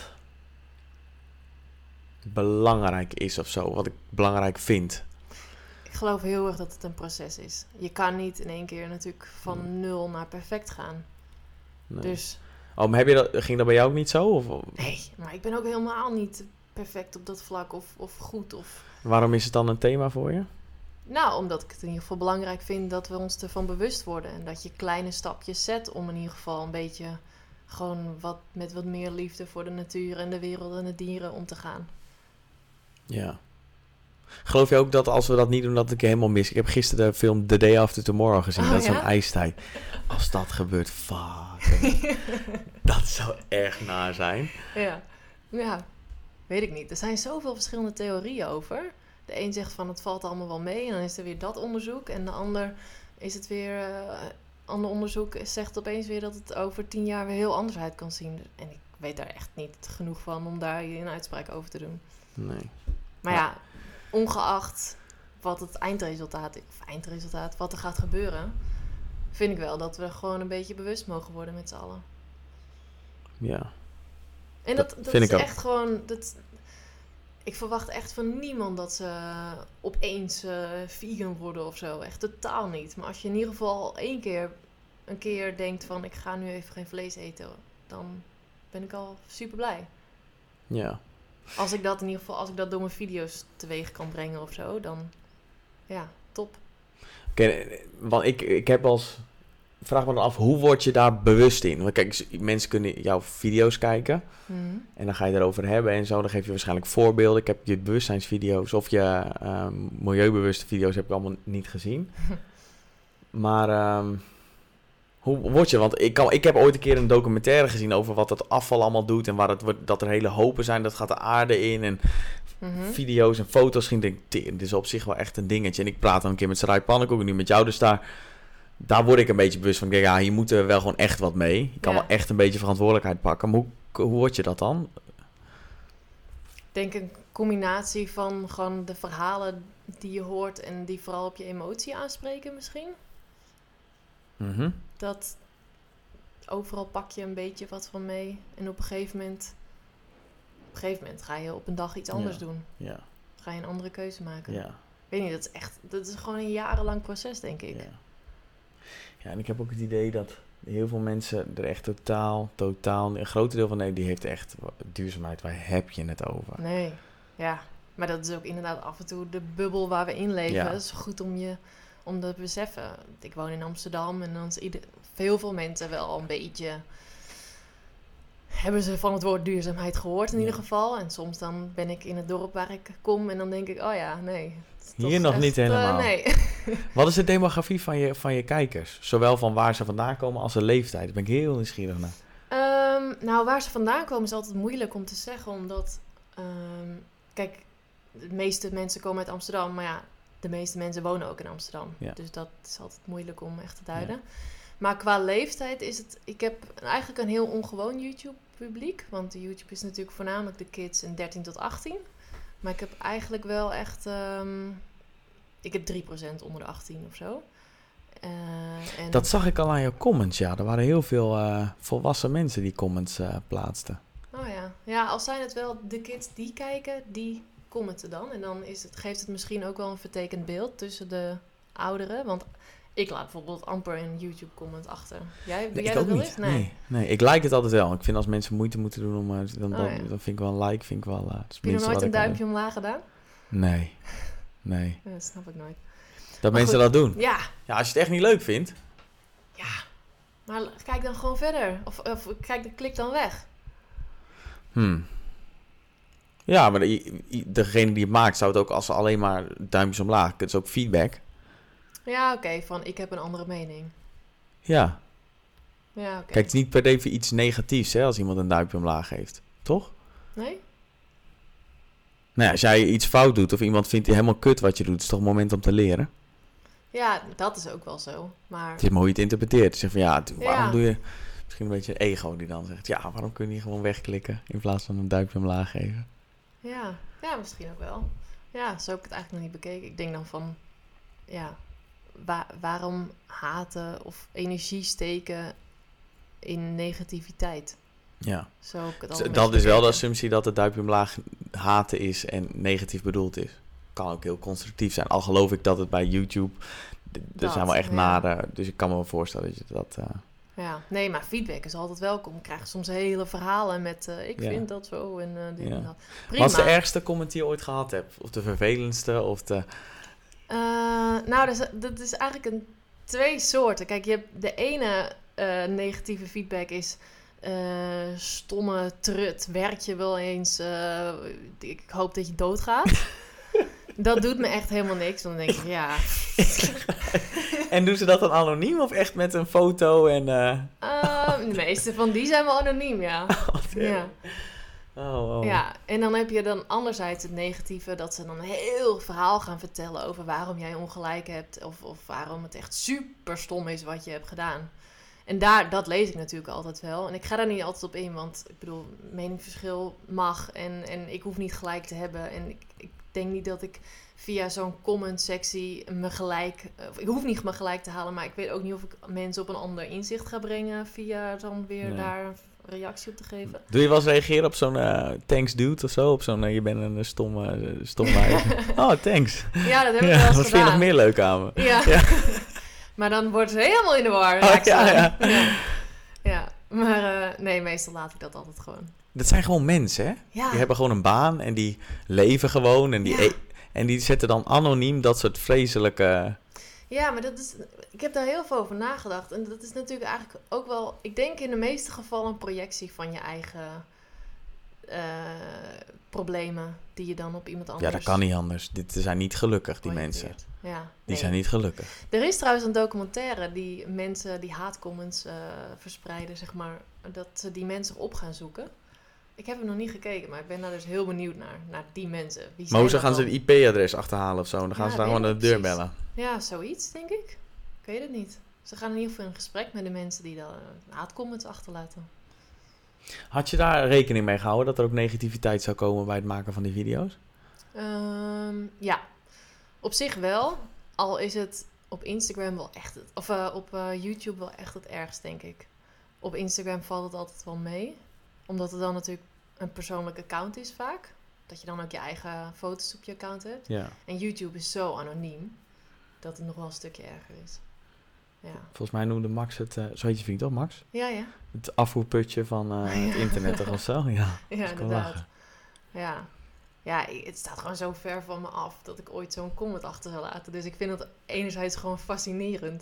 belangrijk is of zo. Wat ik belangrijk vind. Ik geloof heel erg dat het een proces is. Je kan niet in één keer natuurlijk van nee. nul naar perfect gaan. Nee. Dus... Oh, maar heb je dat, ging dat bij jou ook niet zo? Of? Nee, maar ik ben ook helemaal niet perfect op dat vlak of, of goed. Of... Waarom is het dan een thema voor je? Nou, omdat ik het in ieder geval belangrijk vind dat we ons ervan bewust worden. En dat je kleine stapjes zet om in ieder geval een beetje gewoon wat, met wat meer liefde voor de natuur en de wereld en de dieren om te gaan. Ja. Geloof je ook dat als we dat niet doen, dat ik helemaal mis? Ik heb gisteren de film The Day After Tomorrow gezien. Oh, dat is ja? Zo'n ijstijd. Als dat gebeurt, fuck. Dat zou echt naar zijn. Ja. Ja, weet ik niet. Er zijn zoveel verschillende theorieën over. De een zegt van het valt allemaal wel mee en dan is er weer dat onderzoek. En de ander is het weer... Uh, ander onderzoek zegt opeens weer dat het over tien jaar weer heel anders uit kan zien. En ik weet daar echt niet genoeg van om daar een uitspraak over te doen. Nee. Maar ja, ongeacht wat het eindresultaat is, of eindresultaat, wat er gaat gebeuren, vind ik wel dat we gewoon een beetje bewust mogen worden met z'n allen. Ja. En dat, dat, dat vind is ik ook. echt gewoon... Dat, ik verwacht echt van niemand dat ze opeens uh, vegan worden of zo. Echt totaal niet. Maar als je in ieder geval één keer een keer denkt van ik ga nu even geen vlees eten, dan ben ik al super blij. Ja. Als ik dat in ieder geval, als ik dat door mijn video's teweeg kan brengen of zo, dan ja, top. Oké, okay, want ik, ik heb als... Vraag me dan af, hoe word je daar bewust in? Want kijk, mensen kunnen jouw video's kijken. Mm-hmm. En dan ga je erover hebben en zo. Dan geef je waarschijnlijk voorbeelden. Ik heb je bewustzijnsvideo's of je um, milieubewuste video's heb ik allemaal niet gezien. Maar um, hoe word je? Want ik, kan, ik heb ooit een keer een documentaire gezien over wat het afval allemaal doet. En waar het wordt, dat er hele hopen zijn. Dat gaat de aarde in. En mm-hmm. video's en foto's ging ik denken, dit is op zich wel echt een dingetje. En ik praat dan een keer met sarai-pannenkoek en nu met jou. Dus daar... Daar word ik een beetje bewust van. Ja, hier moet er wel gewoon echt wat mee. Je kan ja. wel echt een beetje verantwoordelijkheid pakken. Maar hoe, hoe word je dat dan? Ik denk een combinatie van gewoon de verhalen die je hoort en die vooral op je emotie aanspreken misschien. Mm-hmm. Dat overal pak je een beetje wat van mee. En op een gegeven moment, op een gegeven moment ga je op een dag iets anders ja. doen. Ja. Ga je een andere keuze maken. Ja. Ik weet niet, dat is echt, dat is gewoon een jarenlang proces, denk ik. Ja. Ja, en ik heb ook het idee dat heel veel mensen er echt totaal, totaal... Een groot deel van nee, die heeft echt duurzaamheid. Waar heb je het over? Nee, ja. Maar dat is ook inderdaad af en toe de bubbel waar we in leven. Ja. Het is goed om je om dat te beseffen. Ik woon in Amsterdam en dan is ieder, heel veel mensen wel al een beetje... Hebben ze van het woord duurzaamheid gehoord in ja. ieder geval. En soms dan ben ik in het dorp waar ik kom en dan denk ik... Oh ja, nee... Hier nog echt, niet helemaal. Uh, nee. Wat is de demografie van je, van je kijkers? Zowel van waar ze vandaan komen als de leeftijd. Daar ben ik heel nieuwsgierig naar. Um, nou, waar ze vandaan komen is altijd moeilijk om te zeggen. Omdat, um, kijk, de meeste mensen komen uit Amsterdam. Maar ja, de meeste mensen wonen ook in Amsterdam. Ja. Dus dat is altijd moeilijk om echt te duiden. Ja. Maar qua leeftijd is het... Ik heb eigenlijk een heel ongewoon YouTube-publiek. Want de YouTube is natuurlijk voornamelijk de kids in dertien tot achttien. Maar ik heb eigenlijk wel echt... Um, ik heb drie procent onder de achttien of zo. Uh, en... Dat zag ik al aan jouw comments, ja. Er waren heel veel uh, volwassen mensen die comments uh, plaatsten. Oh ja. Ja, al zijn het wel de kids die kijken, die commenten dan. En dan is het, geeft het misschien ook wel een vertekend beeld tussen de ouderen. Want ik laat bijvoorbeeld amper een YouTube-comment achter. Jij, doe nee, jij ik dat ook wel niet. eens? Nee. nee. Nee, ik like het altijd wel. Ik vind als mensen moeite moeten doen, om, uh, dan, dan, oh, ja. dan vind ik wel een like. Vind ik wel, uh, Heb je nog nooit een duimpje uh, omlaag gedaan? Nee. Nee. Ja, dat snap ik nooit. Dat maar mensen goed, dat doen? Ja. Ja, als je het echt niet leuk vindt. Ja. Maar kijk dan gewoon verder. Of, of kijk, klik dan weg. Hmm. Ja, maar de, degene die het maakt zou het ook als ze alleen maar duimpjes omlaag. Het is ook feedback. Ja, oké. Okay, van ik heb een andere mening. Ja. Ja, oké. Okay. Kijk, het is niet per definitie iets negatiefs, hè, als iemand een duimpje omlaag heeft. Toch? Nee? Nou ja, als jij iets fout doet of iemand vindt helemaal kut wat je doet, is het toch een moment om te leren? Ja, dat is ook wel zo. Maar... Het is mooi je het interpreteert. Zeg van ja, waarom ja. doe je... Misschien een beetje ego die dan zegt, ja, waarom kun je niet gewoon wegklikken in plaats van een duimpje omlaag geven? Ja, ja, misschien ook wel. Ja, zo heb ik het eigenlijk nog niet bekeken. Ik denk dan van, ja, wa- waarom haten of energie steken in negativiteit? Ja, zo heb ik het dus al dat is wel de assumptie dat het duimpje omlaag haten is en negatief bedoeld is. Kan ook heel constructief zijn. Al geloof ik dat het bij YouTube, d- er zijn wel echt ja. nare, dus ik kan me wel voorstellen dat je dat... Uh... Ja, nee, maar feedback is altijd welkom. Ik krijg soms hele verhalen met, uh, ik ja. vind dat zo en uh, dit ja. en dat. Prima. Wat is de ergste comment die je ooit gehad hebt? Of de vervelendste? Of de... Uh, nou, dat is, dat is eigenlijk een twee soorten. Kijk, je hebt de ene uh, negatieve feedback is... Uh, stomme trut, werk je wel eens? Uh, ik hoop dat je doodgaat. Dat doet me echt helemaal niks. Dan denk ik, ja... En doen ze dat dan anoniem of echt met een foto? En, uh... uh, de meeste van die zijn wel anoniem, ja. Oh, ja. Oh, oh. Ja, en dan heb je dan anderzijds het negatieve... dat ze dan een heel verhaal gaan vertellen... over waarom jij ongelijk hebt... of, of waarom het echt super stom is wat je hebt gedaan. En daar, dat lees ik natuurlijk altijd wel. En ik ga daar niet altijd op in, want ik bedoel, meningsverschil mag en, en ik hoef niet gelijk te hebben. En ik, ik denk niet dat ik via zo'n comment-sectie me gelijk... Of ik hoef niet me gelijk te halen, maar ik weet ook niet of ik mensen op een ander inzicht ga brengen... via dan weer nee. daar een reactie op te geven. Doe je wel eens reageren op zo'n uh, thanks dude of zo? Op zo'n, uh, je bent een stomme, uh, stomme oh, thanks. Ja, dat heb ik ja, wel eens wat gedaan. Wat vind je nog meer leuk aan me? Ja. ja. Maar dan wordt het helemaal in de war. Oh, ja, ja. ja. ja, maar uh, nee, meestal laat ik dat altijd gewoon. Dat zijn gewoon mensen, hè? Ja. Die hebben gewoon een baan en die leven gewoon. En die, ja. e- en die zetten dan anoniem dat soort vreselijke... Ja, maar dat is, ik heb daar heel veel over nagedacht. En dat is natuurlijk eigenlijk ook wel... Ik denk in de meeste gevallen een projectie van je eigen... Uh, problemen die je dan op iemand anders... Ja, dat kan niet anders. Dit zijn niet gelukkig, die mensen. Ja, die nee. zijn niet gelukkig. Er is trouwens een documentaire die mensen die haatcomments uh, verspreiden, zeg maar, dat ze die mensen op gaan zoeken. Ik heb hem nog niet gekeken, maar ik ben daar dus heel benieuwd naar, naar die mensen. Wie maar hoe zijn gaan dan? ze het I P-adres achterhalen of zo? Dan gaan ja, ze daar gewoon aan de deur precies. bellen. Ja, zoiets, denk ik. Ik weet het niet. Ze gaan in ieder geval in gesprek met de mensen die dan uh, haatcomments achterlaten. Had je daar rekening mee gehouden dat er ook negativiteit zou komen bij het maken van die video's? Um, ja, op zich wel. Al is het op Instagram wel echt het, of uh, op uh, YouTube wel echt het ergst, denk ik. Op Instagram valt het altijd wel mee. Omdat het dan natuurlijk een persoonlijk account is vaak. Dat je dan ook je eigen foto's op je account hebt. Ja. En YouTube is zo anoniem dat het nog wel een stukje erger is. Ja. Volgens mij noemde Max het, uh, zo heet je vriend toch, Max? Ja, ja. Het afvoerputje van uh, het internet toch of zo? Ja, ja inderdaad. Ja. Ja, het staat gewoon zo ver van me af dat ik ooit zo'n comment achter zou laten. Dus ik vind het enerzijds gewoon fascinerend.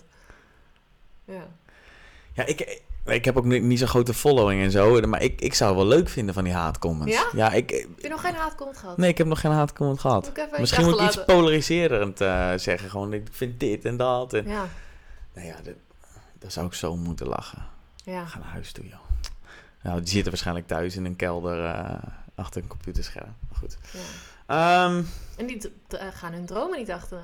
Ja. Ja, ik, ik heb ook niet, niet zo'n grote following en zo. Maar ik, ik zou het wel leuk vinden van die haatcomments. Ja? Ja, ik, heb je nog geen haatcomment gehad? Nee, ik heb nog geen haatcomment gehad. Moet Misschien moet ik iets polariserend uh, zeggen. Gewoon, ik vind dit en dat. En, ja. Nou ja, dat, daar zou ik zo moeten lachen. Ja. Ga naar huis toe, joh. Nou, die zitten waarschijnlijk thuis in een kelder uh, achter een computerscherm. Maar goed. Ja. Um, en die t- t- uh, gaan hun dromen niet achterna?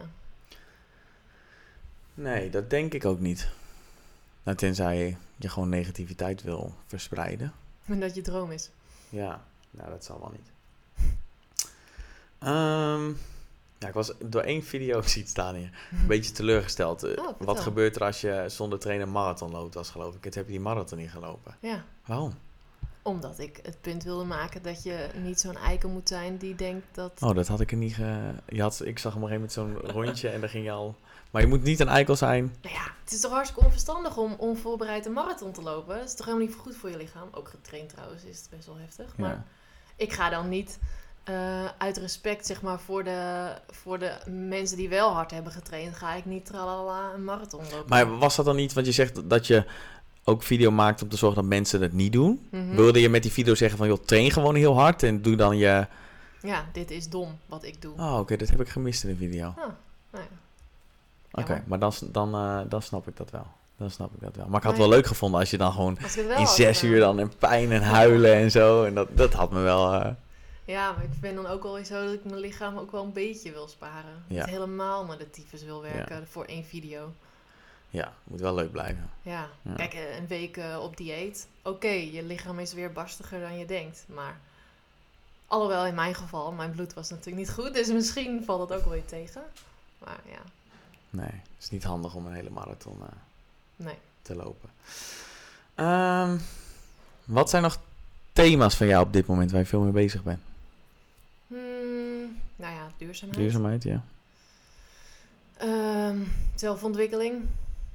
Nee, dat denk ik ook niet. Nou, tenzij je gewoon negativiteit wil verspreiden. En dat je droom is. Ja, nou dat zal wel niet. Um, Ja, ik was door één video ziet staan hier. Een beetje teleurgesteld. Uh, Oh, wat vertel. gebeurt er als je zonder trainer marathon loopt, was geloof ik. Het heb je die marathon niet gelopen. Ja, Waarom? omdat ik het punt wilde maken dat je niet zo'n eikel moet zijn die denkt dat... Oh, dat had ik er niet ge... Je had, ik zag hem op een gegeven moment zo'n rondje en daar ging je al... Maar je moet niet een eikel zijn. Nou ja, het is toch hartstikke onverstandig om onvoorbereid een marathon te lopen. Dat is toch helemaal niet goed voor je lichaam. Ook getraind trouwens is het best wel heftig. Maar Ja. ik ga dan niet uh, uit respect zeg maar voor de, voor de mensen die wel hard hebben getraind, ga ik niet tralala een marathon lopen. Maar was dat dan niet, want je zegt dat je ook video maakt om te zorgen dat mensen het niet doen. Mm-hmm. Wilde je met die video zeggen van, joh, train gewoon heel hard en doe dan je... Ja, dit is dom wat ik doe. Oh, oké, okay, dat heb ik gemist in de video. Oh, nou ja. Oké, okay, maar dan, dan, uh, dan snap ik dat wel. Dan snap ik dat wel. Maar ik had maar het wel leuk gevonden als je dan gewoon in zes had, uur dan in pijn en huilen en zo. En dat, dat had me wel... Uh... Ja, maar ik ben dan ook wel zo dat ik mijn lichaam ook wel een beetje wil sparen. Ja. Niet helemaal naar de tyfus wil werken Ja. voor één video. Ja, moet wel leuk blijven. Ja, ja. Kijk, een week uh, op dieet. Oké, okay, je lichaam is weer barstiger dan je denkt. Maar alhoewel in mijn geval, mijn bloed was natuurlijk niet goed. Dus misschien valt dat ook wel weer tegen. Maar ja. Nee, het is niet handig om een hele marathon uh, nee. te lopen. Um, wat zijn nog thema's van jou op dit moment waar je veel mee bezig bent? Hmm, nou ja, duurzaamheid. Duurzaamheid, ja. Um, zelfontwikkeling.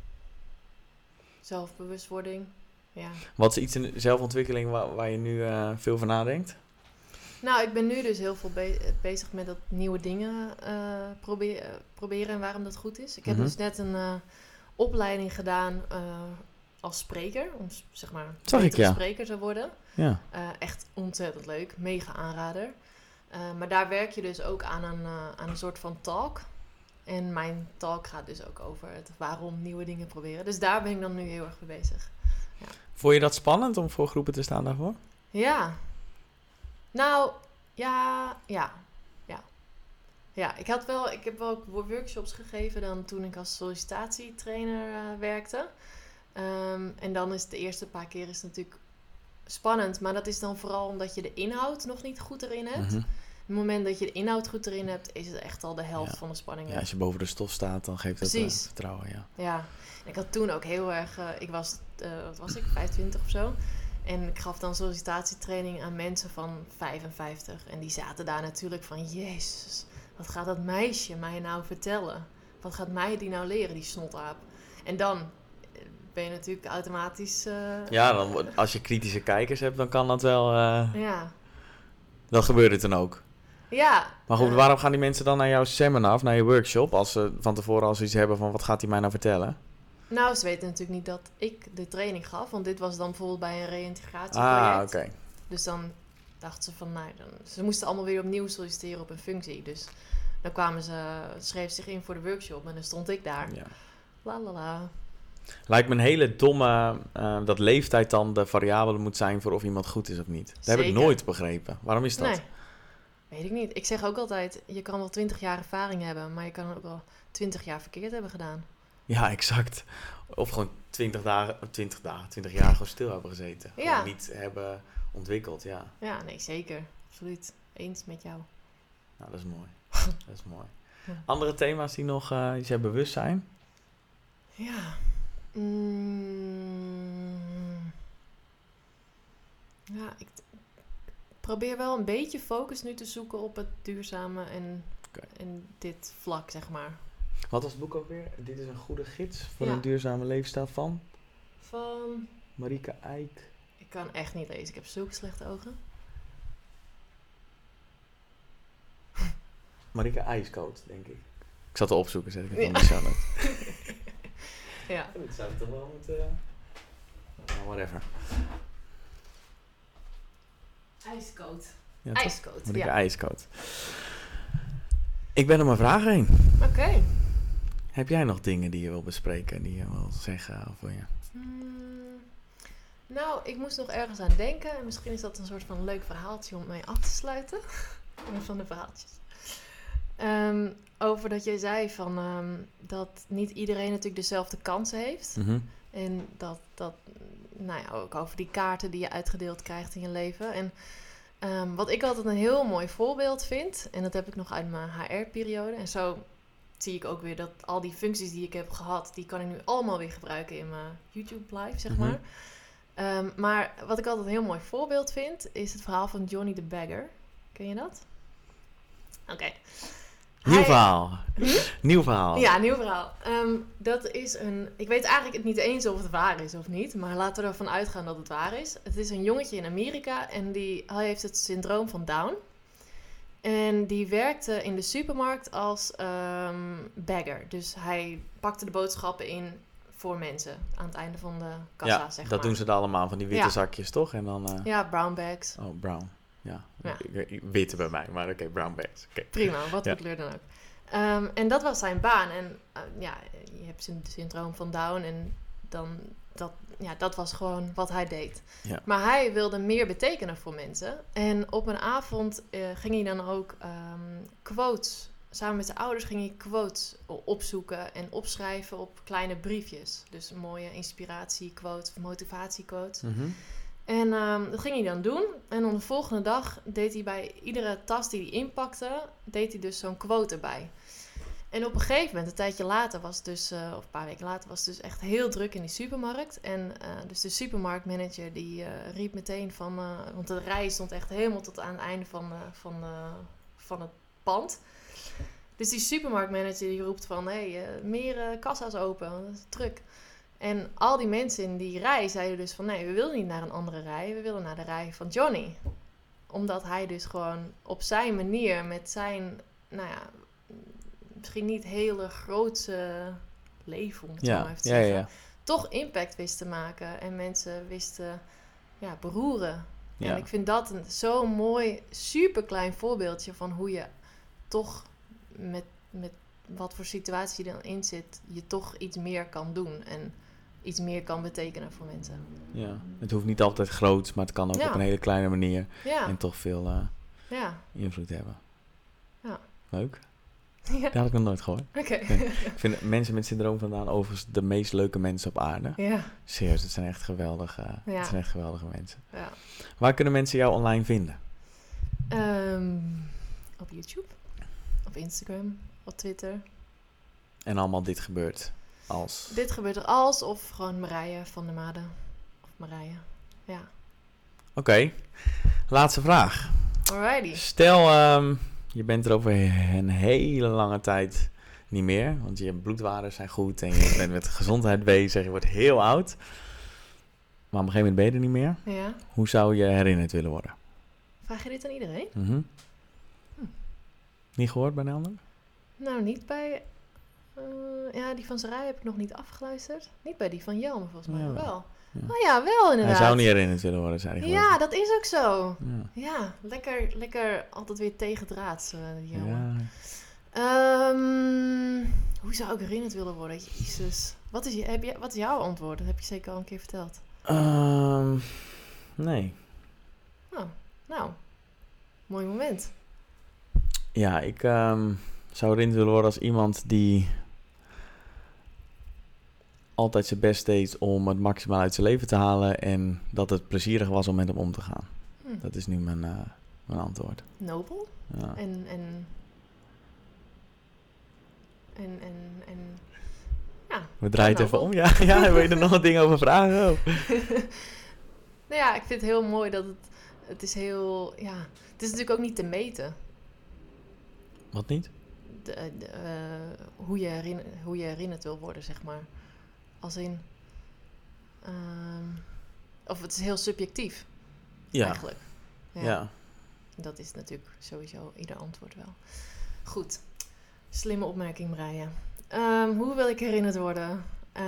Zelfbewustwording. Ja. Wat is iets in de zelfontwikkeling waar, waar je nu uh, veel van nadenkt? Nou, ik ben nu dus heel veel be- bezig met dat nieuwe dingen uh, probeer, uh, proberen en waarom dat goed is. Ik heb Mm-hmm. dus net een uh, opleiding gedaan uh, als spreker. Om zeg maar Zag ik, ja. spreker te worden. Ja. Uh, echt ontzettend leuk. Mega aanrader. Uh, maar daar werk je dus ook aan een, uh, aan een soort van talk. En mijn talk gaat dus ook over het waarom nieuwe dingen proberen. Dus daar ben ik dan nu heel erg mee bezig. Ja. Vond je dat spannend om voor groepen te staan daarvoor? Ja. Nou, ja, ja, ja. Ja, ik had wel, ik heb wel workshops gegeven dan toen ik als sollicitatietrainer uh, werkte. Um, en dan is het de eerste paar keer is het natuurlijk spannend. Maar dat is dan vooral omdat je de inhoud nog niet goed erin hebt. Mm-hmm. Op het moment dat je de inhoud goed erin hebt, is het echt al de helft ja. van de spanning. Ja, als je boven de stof staat, dan geeft dat uh, vertrouwen, ja. Ja, en ik had toen ook heel erg, uh, ik was, uh, wat was ik, vijfentwintig of zo. En ik gaf dan sollicitatietraining aan mensen van vijfenvijftig. En die zaten daar natuurlijk van, jezus, wat gaat dat meisje mij nou vertellen? Wat gaat mij die nou leren, die snotaap? En dan ben je natuurlijk automatisch... Uh, ja, dan, als je kritische kijkers hebt, dan kan dat wel... Uh, ja. Dat gebeurt het dan ook. Ja. Maar goed, uh, waarom gaan die mensen dan naar jouw seminar of naar je workshop... als ze van tevoren al zoiets hebben van, wat gaat hij mij nou vertellen? Nou, ze weten natuurlijk niet dat ik de training gaf. Want dit was dan bijvoorbeeld bij een reïntegratieproject. Ah, oké. Okay. Dus dan dachten ze van, nou, dan, ze moesten allemaal weer opnieuw solliciteren op een functie. Dus dan kwamen ze, schreven zich in voor de workshop en dan stond ik daar. Ja. La la la. Lijkt me een hele domme, uh, dat leeftijd dan de variabele moet zijn voor of iemand goed is of niet. Dat Zeker. heb ik nooit begrepen. Waarom is dat? Nee, weet ik niet. Ik zeg ook altijd, je kan wel twintig jaar ervaring hebben, maar je kan ook wel twintig jaar verkeerd hebben gedaan. Ja, exact. Of gewoon twintig dagen, twintig dagen, twintig jaar gewoon stil hebben gezeten. Ja. Gewoon niet hebben ontwikkeld, ja. Ja, nee, zeker. Absoluut. Eens met jou. Nou, dat is mooi. Dat is mooi. Ja. Andere thema's die nog uh, die zijn bewust zijn? Ja. Mm. Ja, ik t- probeer wel een beetje focus nu te zoeken op het duurzame en, okay. en dit vlak, zeg maar. Wat was het boek ook weer? Dit is een goede gids voor ja. een duurzame leefstijl van? Van... Marieke Eijk. Ik kan echt niet lezen. Ik heb zulke slechte ogen. Marieke IJskoot, denk ik. Ik zat te opzoeken, zet ik het ja. van de show notes. Ja. Dat zou ik toch wel moeten... Nou, whatever. IJskoot. Ja, IJskoot, Marieke ja. IJskoot. Ik ben er mijn vragen heen. Oké. Okay. Heb jij nog dingen die je wil bespreken, die je wil zeggen? Of wil je... Hmm, nou, ik moest nog ergens aan denken. En misschien is dat een soort van leuk verhaaltje om mee af te sluiten. Een van de verhaaltjes. Um, over dat jij zei van, um, dat niet iedereen natuurlijk dezelfde kansen heeft. Mm-hmm. En dat, dat, nou ja, ook over die kaarten die je uitgedeeld krijgt in je leven. En Um, wat ik altijd een heel mooi voorbeeld vind, en dat heb ik nog uit mijn H R-periode. En zo zie ik ook weer dat al die functies die ik heb gehad, die kan ik nu allemaal weer gebruiken in mijn YouTube live, zeg maar. Mm-hmm. Um, maar wat ik altijd een heel mooi voorbeeld vind, is het verhaal van Johnny the Bagger. Ken je dat? Oké. Okay. Nieuw Hij... verhaal. Hm? Nieuw verhaal. Ja, nieuw verhaal. Um, dat is een... Ik weet eigenlijk het niet eens of het waar is of niet. Maar laten we ervan uitgaan dat het waar is. Het is een jongetje in Amerika. En die, hij heeft het syndroom van Down. En die werkte in de supermarkt als um, bagger. Dus hij pakte de boodschappen in voor mensen. Aan het einde van de kassa, ja, zeg maar. Dat doen ze er allemaal, van die witte ja. zakjes, toch? En dan, uh... Ja, brown bags. Oh, brown. Ja, ja. Witte bij mij, maar oké, okay, brown bags. Okay. Prima, wat voor ja. kleur dan ook. Um, en dat was zijn baan. En uh, ja, je hebt het syndroom van Down en dan, dat, ja, dat was gewoon wat hij deed. Ja. Maar hij wilde meer betekenen voor mensen. En op een avond uh, ging hij dan ook um, quotes, samen met zijn ouders ging hij quotes opzoeken en opschrijven op kleine briefjes. Dus mooie inspiratiequotes, motivatiequotes. Mm-hmm. En um, dat ging hij dan doen. En dan de volgende dag deed hij bij iedere tas die hij inpakte, deed hij dus zo'n quote erbij. En op een gegeven moment, een tijdje later was het dus, uh, of een paar weken later, was het dus echt heel druk in die supermarkt. En uh, dus de supermarktmanager die uh, riep meteen van, uh, want de rij stond echt helemaal tot aan het einde van, uh, van, uh, van het pand. Dus die supermarktmanager die roept van, hé, hey, uh, meer uh, kassa's open, dat is druk. En al die mensen in die rij zeiden dus van, nee, we willen niet naar een andere rij, we willen naar de rij van Johnny. Omdat hij dus gewoon op zijn manier, met zijn, nou ja, misschien niet hele grootse leven, om het ja, zo maar even te ja, zeggen, ja. toch impact wist te maken en mensen wisten, ja, beroeren. Ja. En ik vind dat een zo'n mooi, super klein voorbeeldje van hoe je toch met, met wat voor situatie je dan in zit, je toch iets meer kan doen en iets meer kan betekenen voor mensen. Ja, het hoeft niet altijd groot, maar het kan ook ja. op een hele kleine manier ja. en toch veel uh, ja. invloed hebben. Ja. Leuk. Ja. Dat had ik nog nooit gehoord. Oké. Okay. Nee. Ik vind mensen met syndroom van Down overigens de meest leuke mensen op aarde. Ja. Serieus, het zijn echt geweldige, ja. het zijn echt geweldige mensen. Ja. Waar kunnen mensen jou online vinden? Um, op YouTube, op Instagram, op Twitter. En allemaal dit gebeurt als? Dit gebeurt er als of gewoon Marije van der Made. Of Marije, ja. Oké, okay. Laatste vraag. Alrighty. Stel, um, je bent er over een hele lange tijd niet meer. Want je bloedwaarden zijn goed en je bent met gezondheid bezig. Je wordt heel oud. Maar op een gegeven moment ben je er niet meer. Ja. Hoe zou je herinnerd willen worden? Vraag je dit aan iedereen? Mm-hmm. Hm. Niet gehoord bij een ander? Nou, niet bij... Uh, ja, die van Sarai heb ik nog niet afgeluisterd. Niet bij die van Jelme, volgens mij. Ja, wel. wel. Ja. Oh ja, wel inderdaad. Hij zou niet herinnerd willen worden, zei hij. Ja, dat is ook zo. Ja, ja lekker, lekker altijd weer tegendraads, uh, die jongen. Ja. Um, hoe zou ik herinnerd willen worden? Jezus. Wat is, je, heb je, wat is jouw antwoord? Dat heb je zeker al een keer verteld. Um, nee. Oh, nou. Mooi moment. Ja, ik um, zou herinnerd willen worden als iemand die altijd zijn best deed om het maximaal uit zijn leven te halen en dat het plezierig was om met hem om te gaan. Hm. Dat is nu mijn, uh, mijn antwoord. Nobel. Ja. En, en, en, en, en, ja. We draaien het even om, ja. Ja, wil je er nog een ding over vragen? Oh. Nou ja, ik vind het heel mooi dat het, het is heel, ja, het is natuurlijk ook niet te meten. Wat niet? De, de, uh, hoe, je herinner, hoe je herinnerd wil worden, zeg maar. Als in... Um, of het is heel subjectief. Ja. Eigenlijk. Ja. ja. Dat is natuurlijk sowieso ieder antwoord wel. Goed. Slimme opmerking, Marije. Um, hoe wil ik herinnerd worden?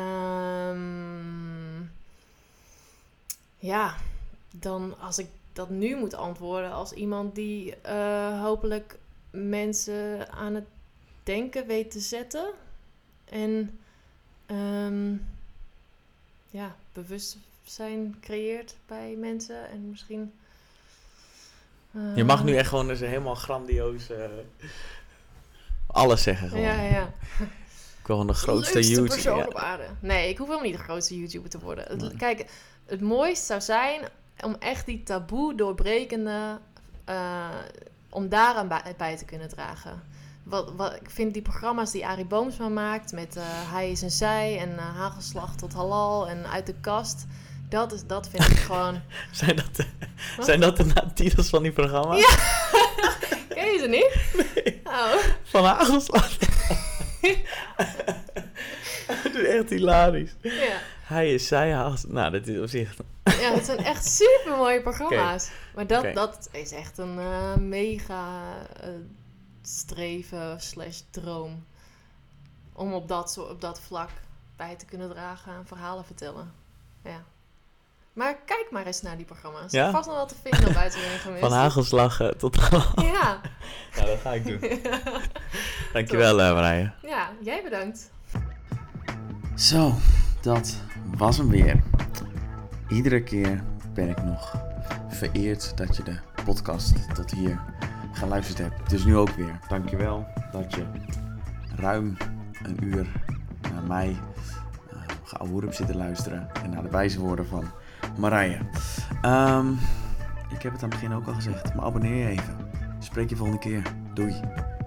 Um, ja, dan als ik dat nu moet antwoorden als iemand die uh, hopelijk mensen aan het denken weet te zetten. En um, ja, bewustzijn creëert bij mensen. En misschien... Uh, je mag nu echt gewoon dus helemaal grandioos uh, alles zeggen. Gewoon. Ja, ja. Ik wil gewoon de grootste Leukste YouTuber. persoon ja. op aarde. Nee, ik hoef helemaal niet de grootste YouTuber te worden. Nee. Het, kijk, het mooiste zou zijn om echt die taboe doorbrekende uh, om daaraan bij, bij te kunnen dragen. Wat, wat, ik vind die programma's die Arie Boomsma maakt met uh, Hij is en Zij en uh, Hagelslag tot Halal en Uit de Kast. Dat, is, dat vind ik gewoon... zijn, dat de, zijn dat de titels van die programma's? Ja! Ken je ze niet? Nee. Oh. Van Hagelslag. Dat is echt hilarisch. Ja. Hij is Zij, Hagelslag. Nou, dat is op zich... Ja, het zijn echt super mooie programma's. Okay. Maar dat, okay. dat is echt een uh, mega uh, streven slash droom. Om op dat, zo, op dat vlak bij te kunnen dragen en verhalen vertellen. Ja. Maar kijk maar eens naar die programma's. Ja? Er is vast nog wel te vinden op Buitenwering Gemist. Van Hagelslag uh, tot Halal. Ja. Nou, dat ga ik doen. Dankjewel, uh, Marije. Ja, jij bedankt. Zo, dat was hem weer. Iedere keer ben ik nog vereerd dat je de podcast tot hier geluisterd hebt. Dus nu ook weer. Dankjewel dat je ruim een uur naar mij uh, geouwehoer hebt zitten luisteren. En naar de wijze woorden van Marije. Um, ik heb het aan het begin ook al gezegd, maar abonneer je even. Spreek je volgende keer. Doei.